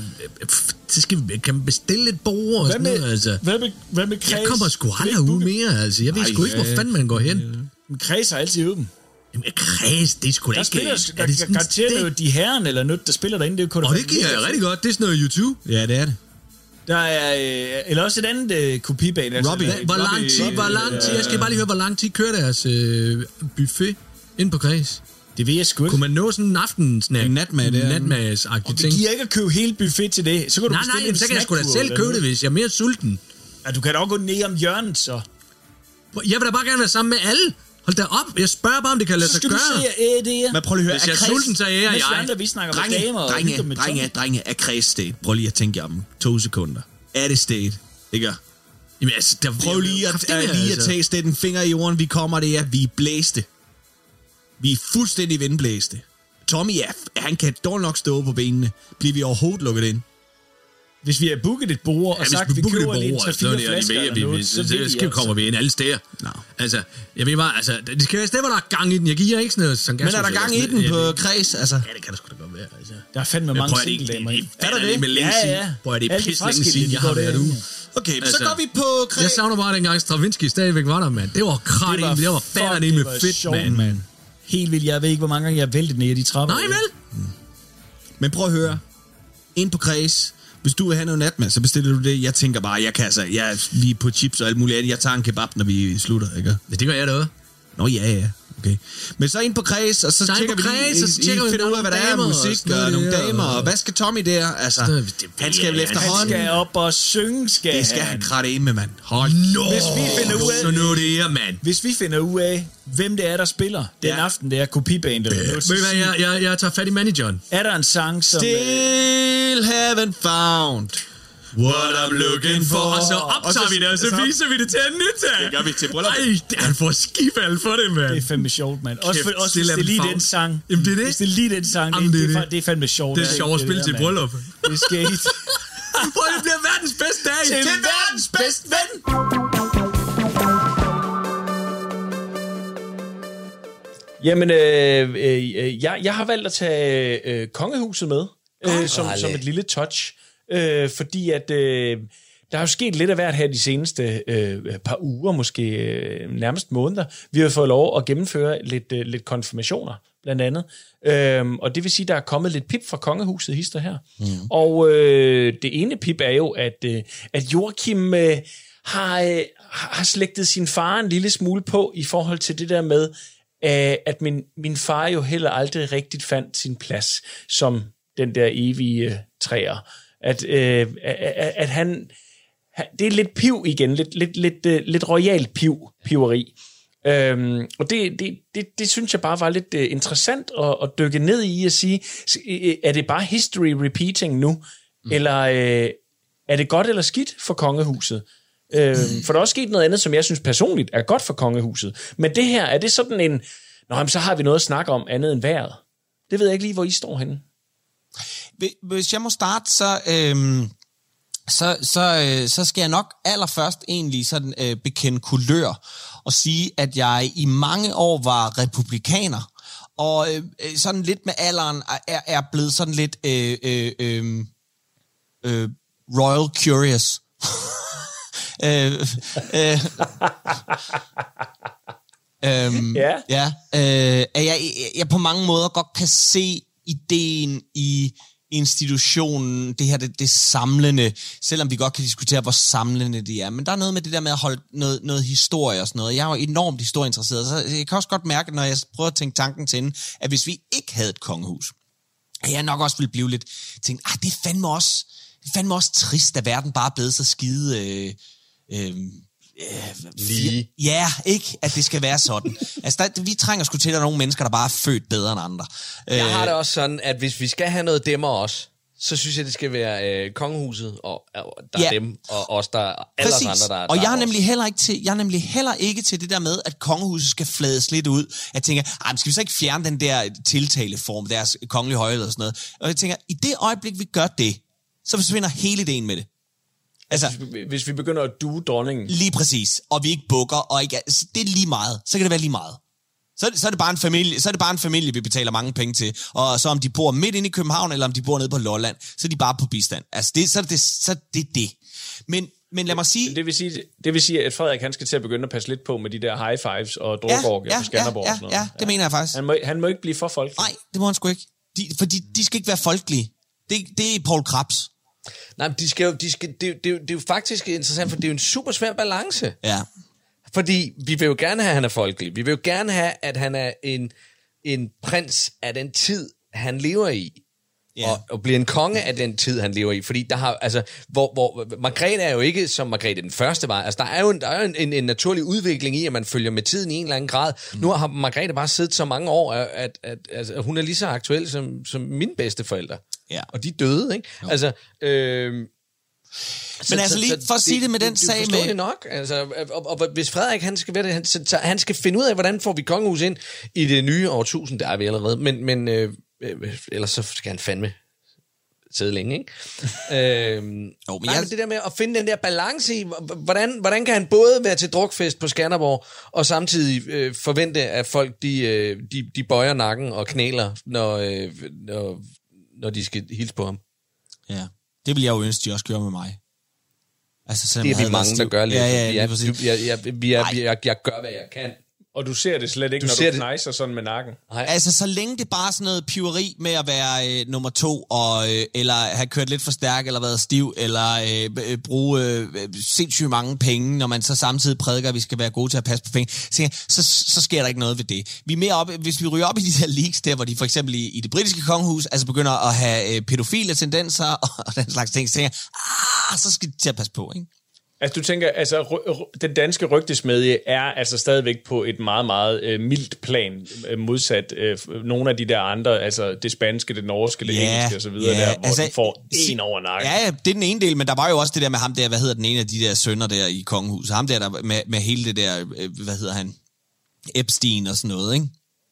Så skal vi, kan man bestille et bord og sådan noget, altså. Hvad med kreds? Jeg kommer sgu aldrig ud mere, altså. Jeg ved sgu ikke, hvor fanden man går hen. Men kreds er altid åben. Jamen, kreds, det er sgu da ikke... Der garanterer jo de herren eller noget, der spiller derinde. Det giver jeg rigtig godt. Det er sådan noget YouTube. Ja, det er det. Der er... eller også et andet kopibane. Robbie. Hvor lang tid... Jeg skal bare lige høre, hvor lang tid kører deres buffet ind på kreds? Det ved jeg sgu ikke. Kunne man nå sådan en aftensnack? En natmad-agtig ting. Det giver ikke at købe hele buffet til det. Så kan du bestille en så kan jeg sgu da selv købe det, hvis jeg er mere sulten. Ja, du kan da også gå ned om hjørnet, så. Jeg vil da bare gerne være sammen med alle. Hold da op. Jeg spørger bare, om det kan lade sig gøre. Så skal du se det. Men prøv lige at høre. Hvis jeg er sulten, så er jeg. Vi snakker med damer. Drenge, er kreds state. Prøv lige at tænke om 2 sekunder. Er det state? Ikke? Jamen altså, prøv lige at tage den finger i jorden. Vi kommer det, vi er blæste. Vi er fuldstændig vindblæste. Tommy, han kan dårligt nok stå på benene. Bliver vi overhovedet lukket ind? Hvis vi har booket et bord, og sagt, vi køber lige 3-4 flasker eller noget, så kommer vi ind alle steder. No. Altså, jeg ved bare, det skal være sted, hvor der er gang i den. Jeg giver ikke sådan noget. Men er der gang i den på kreds? Altså? Ja, det kan der sgu da godt være. Altså. Der er fandme mange singeldamer. Er der det? Ja. Hvor er det pisse længe siden, jeg har været ude. Okay, så går vi på... Jeg savner bare dengang Stravinsky stadigvæk var der, mand. Det var kratigt, det var fandme fedt, mand. Helt vildt. Jeg ved ikke, hvor mange gange jeg væltede ned i de trapper. Nej, vel? Men prøv at høre. Ind på Kreds. Hvis du vil have noget natmad, så bestiller du det. Jeg tænker bare, jeg er lige på chips og alt muligt andet. Jeg tager en kebab, når vi slutter, ikke? Ja, det gør jeg da også. Nå, ja. Okay. Men så ind på Kreds, og så tjekker vi lige, finder ud af, hvad der er musik og nogle damer. Og hvad skal Tommy der? Altså, han skal vel efterhånden. Han skal op og synge, det skal han kratte med, mand. Hold Hvis vi finder ud af, hvem det er, der spiller den aften, det er kopibandet. Jeg tager fat i manageren. Er der en sang, som... Still haven't found what I'm looking for. Og så optager vi det, og så viser vi det til Anita. Det gør vi til bryllup. Ej, han får skifald for det, mand. Det er fandme sjovt, mand. Også hvis det er lige den sang. Jamen, det er det. Hvis det er lige den sang, det er fandme sjovt. Det er sjovt at spille til bryllup. Det er skægt. Prøv, det bliver verdens bedste dag. Til verdens bedste ven. Jamen, jeg har valgt at tage kongehuset med, som et lille touch. Fordi at der er jo sket lidt af hvert her de seneste par uger, måske nærmest måneder. Vi har fået lov at gennemføre lidt konfirmationer, blandt andet. Og det vil sige, der er kommet lidt pip fra kongehuset hister her. Og det ene pip er jo, at Joachim har slægtet sin far en lille smule på i forhold til det der med, at min far jo heller aldrig rigtigt fandt sin plads som den der evige træer. At han det er lidt piv igen, lidt royalt piveri. Og det synes jeg bare var lidt interessant at dykke ned i at sige, er det bare history repeating nu, eller er det godt eller skidt for kongehuset? For der er også sket noget andet, som jeg synes personligt er godt for kongehuset. Men det her, er det sådan en, så har vi noget at snakke om andet end vejret. Det ved jeg ikke lige, hvor I står henne. Hvis jeg må starte, så skal jeg nok allerførst egentlig sådan bekende kulør og sige, at jeg i mange år var republikaner, og sådan lidt med alderen er blevet sådan lidt royal curious. Jeg på mange måder godt kan se ideen i institutionen, det her, det samlende, selvom vi godt kan diskutere, hvor samlende det er. Men der er noget med det der med at holde noget historie og sådan noget. Jeg er jo enormt historieinteresseret, så jeg kan også godt mærke, når jeg prøver at tænke tanken til hende, at hvis vi ikke havde et kongehus, at jeg nok også ville blive lidt tænkt, det er fandme også trist, at verden bare er blevet så skide... lige. Ja, ikke at det skal være sådan. Altså, vi trænger sgu til, at der er nogle mennesker, der bare er født bedre end andre. Jeg har det også sådan, at hvis vi skal have noget demmer også, så synes jeg, det skal være kongehuset, og der er dem, og os, der er alle andre, der er. Og jeg er nemlig heller ikke til det der med, at kongehuset skal flades lidt ud. Jeg tænker, skal vi så ikke fjerne den der tiltaleform, deres kongelige højhed og sådan noget? Og jeg tænker, i det øjeblik, vi gør det, så forsvinder hele ideen med det. Altså, hvis vi begynder at due dronningen. Lige præcis. Og vi ikke bukker, og ikke, det er lige meget. Så kan det være lige meget. Så er det bare en familie, vi betaler mange penge til. Og så om de bor midt inde i København, eller om de bor nede på Lolland, så er de bare på bistand. Altså, så er det. Men lad mig sige... Det vil sige, at Frederik, han skal til at begynde at passe lidt på med de der high fives og drukgård på Skanderborg og sådan noget. Ja, det mener jeg faktisk. Han må ikke blive for folkelig. Nej, det må han sgu ikke. Fordi de skal ikke være folkelige. Det er Poul Krebs. Nej, men det er jo faktisk interessant, for det er jo en super svær balance. Ja. Fordi vi vil jo gerne have, at han er folkelig. Vi vil jo gerne have, at han er en prins af den tid, han lever i. Yeah. Og bliver en konge af den tid, han lever i. Fordi der har, altså, hvor Margrethe er jo ikke, som Margrethe den første var. Altså, der er jo en naturlig udvikling i, at man følger med tiden i en eller anden grad. Nu har Margrethe bare siddet så mange år, at hun er lige så aktuel som mine bedsteforældre. Ja. Og de døde, ikke? Jo. Altså, men altså lige for at sige det med den sag med... Det nok. Altså, og hvis Frederik, han skal finde ud af, hvordan får vi kongehus ind i det nye årtusind, der er vi allerede. Men ellers så skal han fandme sidde længe, ikke? Men det der med at finde den der balance i, hvordan kan han både være til drukfest på Skanderborg, og samtidig forvente, at folk de bøjer nakken og knæler, når de skal hilse på ham. Ja, det vil jeg jo ønske, de også gør med mig. Altså, det er vi mange, der gør lidt. Jeg gør, hvad jeg kan. Og du ser det slet ikke, når du knejser sådan med nakken? Nej. Altså, så længe det bare er sådan noget piveri med at være nummer 2, eller have kørt lidt for stærk, eller været stiv, eller bruge sindssygt mange penge, når man så samtidig prædiker, at vi skal være gode til at passe på penge, så sker der ikke noget ved det. Vi er mere op, hvis vi ryger op i de der leaks der, hvor de for eksempel i det britiske kongehus altså begynder at have pædofile tendenser og den slags ting, så skal de til at passe på, ikke? Altså du tænker, altså den danske rygtesmedie er altså stadigvæk på et meget, meget mildt plan, modsat nogle af de der andre, altså det spanske, det norske, det engelske og så videre, der, hvor den får en over nakken. Ja, det er den ene del, men der var jo også det der med ham der, hvad hedder den ene af de der sønner der i kongehuset, ham der med hele det der, hvad hedder han, Epstein og sådan noget, ikke?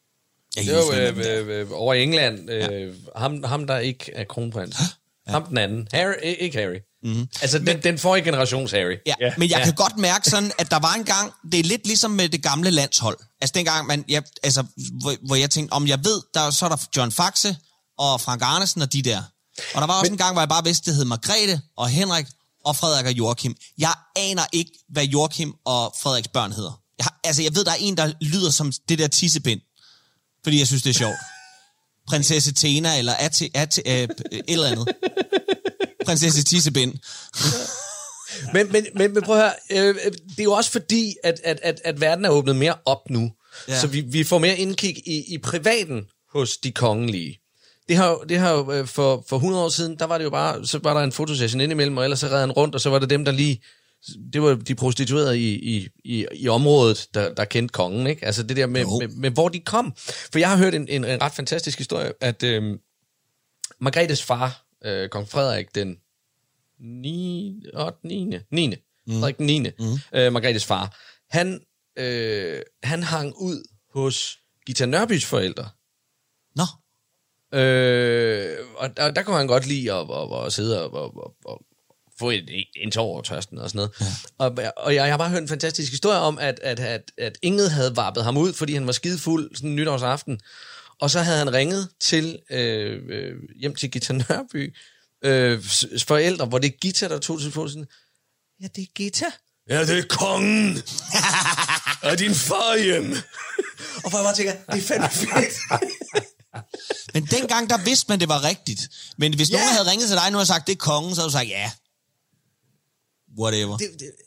Jo, over i England, ham der ikke er kronprins. Ham den anden. Harry, ikke Harry. Mm-hmm. Altså den forrige generations Harry. Ja, men jeg kan godt mærke sådan, at der var en gang, det er lidt ligesom med det gamle landshold. Altså dengang, hvor jeg tænkte, om jeg ved, så er der John Faxe og Frank Arnesen og de der. Og der var også en gang, hvor jeg bare vidste, det hed Margrethe og Henrik og Frederik og Joachim. Jeg aner ikke, hvad Joachim og Frederiks børn hedder. Jeg ved, der er en, der lyder som det der tissebind, fordi jeg synes, det er sjovt. Prinsesse Tena eller et eller andet. Prinsesse Tissebind. men prøv at høre, det er jo også fordi, at verden er åbnet mere op nu. Ja. Så vi får mere indkig i privaten hos de kongelige. Det har jo for 100 år siden, der var det jo bare, så var der en fotosession indimellem, og ellers så redde han rundt, og så var det dem, der lige, det var de prostituerede i området, der kendte kongen, ikke? Altså det der med hvor de kom. For jeg har hørt en ret fantastisk historie, at Margrethes far, kong Frederik den 9. Frederik den 9. Margrethes far, han hang ud hos Gita Nørbys forældre. Nå. Og der kunne han godt lide at sidde og få en tår over tørsten og sådan noget. Ja. Og jeg har bare hørt en fantastisk historie om, at Ingrid havde varpet ham ud, fordi han var skidefuld sådan en nytårsaften. Og så havde han ringet til hjem til Gita Nørby forældre, hvor det er Gita, der tog telefonen. Ja, det er Gita. Ja, det er kongen. Og din far hjem. Og for jeg bare tænker, det er fandme fedt. Men dengang, der vidste man, det var rigtigt. Men hvis nogen havde ringet til dig nu og sagt, det er kongen, så havde du sagt, ja. Whatever.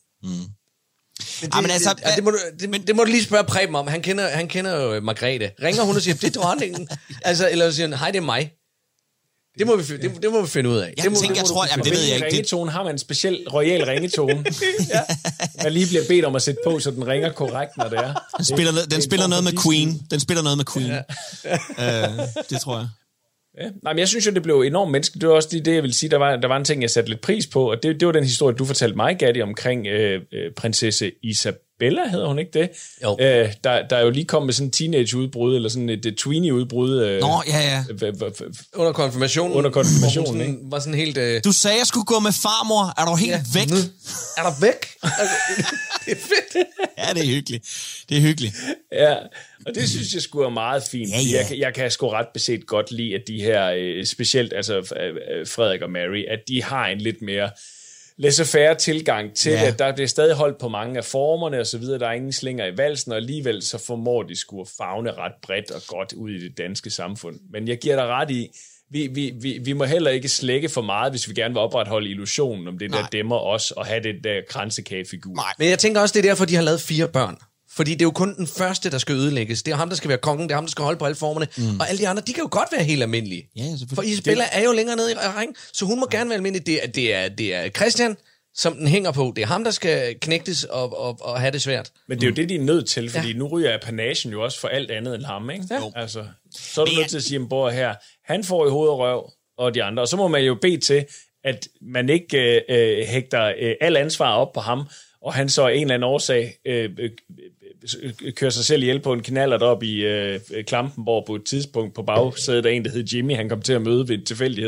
Det må du lige spørge Preben om. Han kender jo Margrethe. Ringer hun og siger, det er dronningen. Altså, eller siger hej, det er mig. Det må vi finde ud af. Jeg tror, det ved jeg ikke. Ringetone har man en speciel royal ringetone. Ja. Man lige bliver bedt om at sætte på, så den ringer korrekt, når det er. Den spiller noget med Queen. Den spiller noget med Queen. Ja. Det tror jeg. Ja. Nej, men jeg synes jo, det blev enormt menneskeligt. Det var også det, jeg vil sige. Der var en ting, jeg satte lidt pris på, og det var den historie, du fortalte mig, Gatti, omkring prinsesse Isabella, hedder hun ikke det? Jo. Der jo lige kom med sådan en teenage-udbrud, eller sådan et tweenie-udbrud. Nå, ja. Under konfirmationen. Under konfirmationen, ikke? Var sådan helt... Du sagde, jeg skulle gå med farmor. Er du helt væk? Er du væk? Det er fedt. Ja, det er hyggeligt. Det er hyggeligt. Ja, og det synes jeg sgu er meget fint. Ja. Jeg kan sgu ret beset godt lide, at de her, specielt altså Frederik og Mary, at de har en lidt mere laissez-faire tilgang til det. Der bliver stadig holdt på mange af formerne og så videre. Der er ingen slinger i valsen, og alligevel så formår de sgu at favne ret bredt og godt ud i det danske samfund. Men jeg giver dig ret i, vi må heller ikke slække for meget, hvis vi gerne vil opretholde illusionen om det der dæmmer os og have det der kransekagefigur. Nej, men jeg tænker også, det er derfor, de har lavet 4 børn. Fordi det er jo kun den første, der skal ødelægges. Det er ham, der skal være kongen. Det er ham, der skal holde på alle formerne. Og alle de andre, de kan jo godt være helt almindelige. Ja, for Isabella er jo længere nede i ring, så hun må gerne være almindelig. Det er Christian, som den hænger på. Det er ham, der skal knægtes og have det svært. Men det er jo det, de er nødt til, fordi nu ryger apanagen jo også for alt andet end ham, ikke? Ja. Altså, så er du nødt til at sige, at her, han får i hoved og røv, og de andre. Og så må man jo bede til, at man ikke hægter al ansvar op på ham, og han så af en eller anden årsag kører sig selv ihjel på en knallert op i Klampenborg på et tidspunkt på bagsædet af en, der hed Jimmy, han kom til at møde ved en tilfældighed.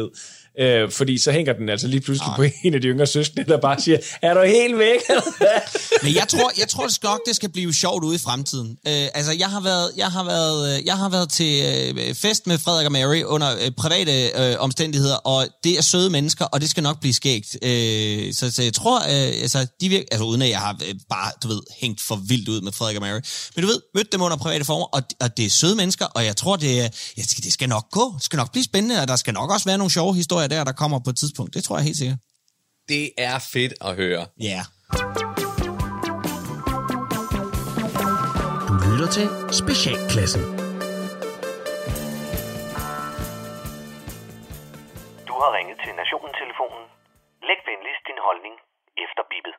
Fordi så hænger den altså lige pludselig på en af de yngre søskende, der bare siger, er du helt væk? Men jeg tror det skal blive sjovt ude i fremtiden. Altså, jeg har været til fest med Frederik og Mary under private omstændigheder, og det er søde mennesker, og det skal nok blive skægt. Så jeg tror, altså uden at jeg har bare, du ved, hængt for vildt ud med Frederik og Mary, men du ved, mødte dem under private former, og det er søde mennesker, og jeg tror, det skal nok gå. Det skal nok blive spændende, og der skal nok også være nogle sjove historier der kommer på et tidspunkt. Det tror jeg helt sikkert. Det er fedt at høre. Ja. Yeah. Du lytter til Specialklassen. Du har ringet til Nationen-telefonen. Læg venligst din holdning efter bippet.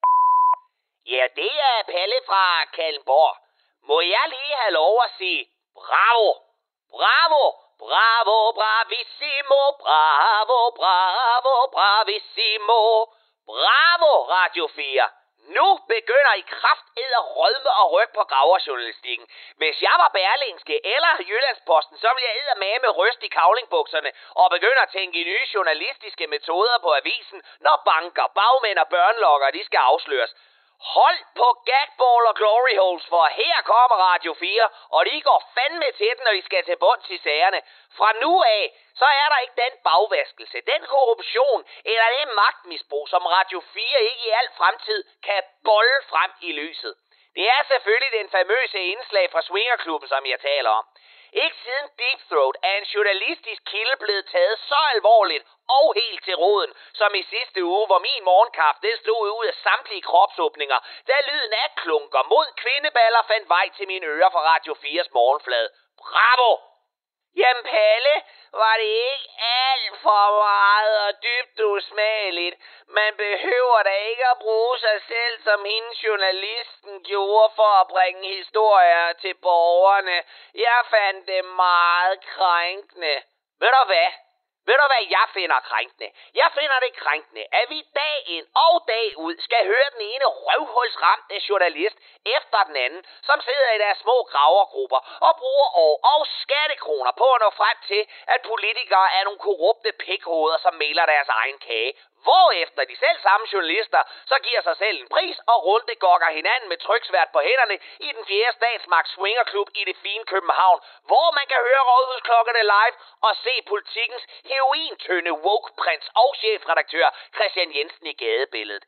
Ja, det er Palle fra Kalmborg. Må jeg lige have lov at sige bravo, bravo, bravo, bravissimo, bravo, bravo, bravissimo, bravo, Radio 4. Nu begynder I kraftedder rødme og ryg på graverjournalistikken. Hvis jeg var Berlingske eller Jyllandsposten, så ville jeg eddermame med ryst i kavlingbukserne og begynde at tænke i nye journalistiske metoder på avisen, når banker, bagmænd og børnelokker, de skal afsløres. Hold på gagball og glory holes, for her kommer Radio 4, og de går fandme til den, når de skal til bunds i sagerne. Fra nu af, så er der ikke den bagvaskelse, den korruption eller det magtmisbrug, som Radio 4 ikke i al fremtid kan bolle frem i lyset. Det er selvfølgelig den famøse indslag fra Swingerklubben, som jeg taler om. Ikke siden Deep Throat er en journalistisk kilde blevet taget så alvorligt og helt til roden, som i sidste uge, hvor min morgenkaffe det stod ud af samtlige kropsåbninger, da lyden af klunker mod kvindeballer fandt vej til mine ører fra Radio 4's morgenflade. Bravo! Jamen Palle, var det ikke alt for meget og dybt usmageligt? Man behøver da ikke at bruge sig selv, som hende journalisten gjorde for at bringe historier til borgerne. Jeg fandt det meget krænkende. Ved du hvad? Ved du hvad jeg finder krænkende? Jeg finder det krænkende, at vi dag ind og dag ud skal høre den ene røvhulsramte journalist efter den anden, som sidder i deres små gravergrupper og bruger år og skattekroner på at nå frem til, at politikere er nogle korrupte pikhoveder, som mailer deres egen kage. Hvorefter de selv samme journalister så giver sig selv en pris og rundegokker hinanden med tryksvært på hænderne i den 4. statsmagt Swingerklub i det fine København, hvor man kan høre rådhusklokkerne live og se Politikens herointønde woke-prins og chefredaktør Christian Jensen i gadebilledet.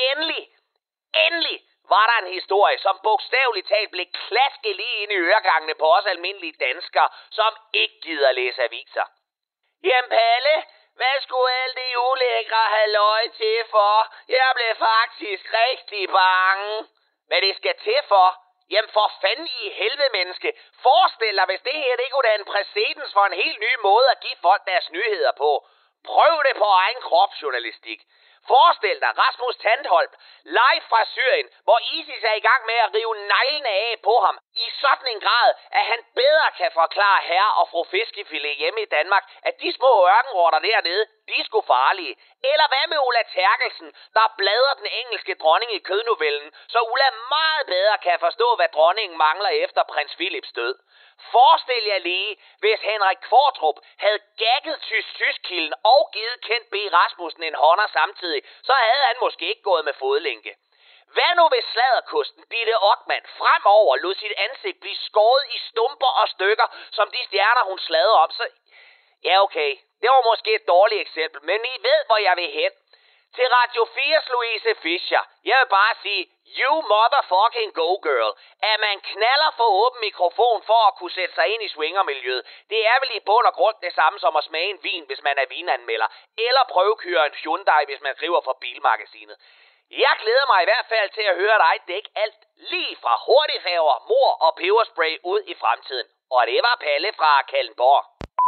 Endelig var der en historie, som bogstaveligt talt blev klasket lige ind i øregangene på os almindelige danskere, som ikke gider læse aviser. Jamen Palle, hvad skulle alt det ulækre halløj til for? Jeg blev faktisk rigtig bange. Hvad det skal til for? Jamen for fanden i helvede menneske. Forestil dig, hvis det her det kunne da en præcedens for en helt ny måde at give folk deres nyheder på. Prøv det på egen kropsjournalistik. Forestil dig Rasmus Tandholm live fra Syrien, hvor ISIS er i gang med at rive neglene af på ham i sådan en grad, at han bedre kan forklare herre og fru Fiskefilet hjemme i Danmark, at de små ørkenrotter dernede, de er sgu farlige. Eller hvad med Ulla Terkelsen, der bladrer den engelske dronning i kødnovellen, så Ulla meget bedre kan forstå, hvad dronningen mangler efter prins Philips død. Forestil jer lige, hvis Henrik Kvartrup havde gagget Tyskilden og givet Kent B. Rasmussen en hånder samtidig, så havde han måske ikke gået med fodlænke. Hvad nu hvis sladderkusten Ditte Ockmann fremover lod sit ansigt blive skåret i stumper og stykker, som de stjerner hun sladrer om, så... Ja okay, det var måske et dårligt eksempel, men I ved hvor jeg vil hen. Til Radio 4's Louise Fischer, jeg vil bare sige, you motherfucking go girl. At man knaller for åben mikrofon for at kunne sætte sig ind i swingermiljøet, det er vel i bund og grund det samme som at smage en vin, hvis man er vinanmelder, eller prøvekøre en Hyundai, hvis man skriver for Bilmagasinet. Jeg glæder mig i hvert fald til at høre dig dække alt lige fra hurtigfærger, mor og peberspray ud i fremtiden. Og det var Palle fra Kalmborg.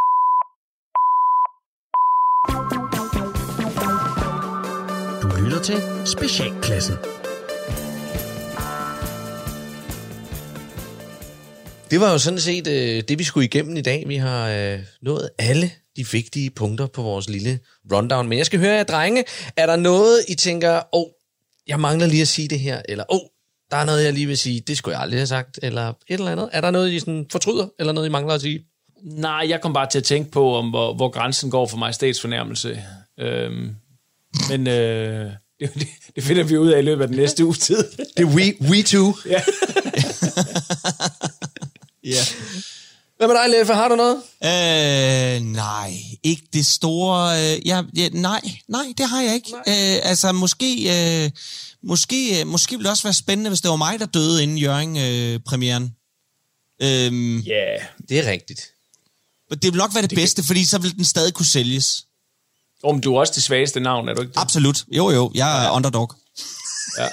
Du lytter til Specialklassen. Det var jo sådan set det, vi skulle igennem i dag. Vi har nået alle de vigtige punkter på vores lille rundown. Men jeg skal høre jer, drenge. Er der noget, I tænker, jeg mangler lige at sige det her, eller der er noget, jeg lige vil sige, det skulle jeg aldrig have sagt, eller et eller andet. Er der noget, I sådan fortryder, eller noget, I mangler at sige? Nej, jeg kom bare til at tænke på, om hvor grænsen går for majestætsfornærmelse. Men det finder vi ud af i løbet af den næste uge tid. Det er we too. Ja. Ja. Hvad med dig, Leffe? Har du noget? Nej, ikke det store... nej, det har jeg ikke. Altså, måske ville det også være spændende, hvis det var mig, der døde inden Hjørring-premieren. Ja, det er rigtigt. Det vil nok være det bedste, fordi så vil den stadig kunne sælges. Men du er også det svageste navn, er du ikke det? Absolut. Jo, jeg er underdog. Ja.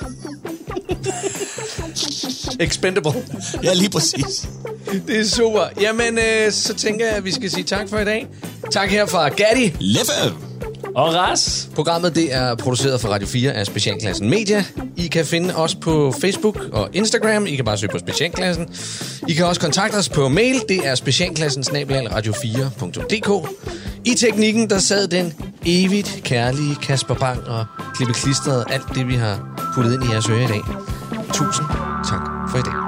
Expendable. Ja, lige præcis. Det er super. Jamen, så tænker jeg, at vi skal sige tak for i dag. Tak her fra Gatti, Leffe og Ras. Programmet det er produceret for Radio 4 af Specialklassen Media. I kan finde os på Facebook og Instagram. I kan bare søge på Specialklassen. I kan også kontakte os på mail. Det er specialklassen@radio4.dk. I teknikken, der sad den evigt kærlige Kasper Bang og klippe klistret alt det, vi har puttet ind i jeres øre i dag. Tusind tak for i dag.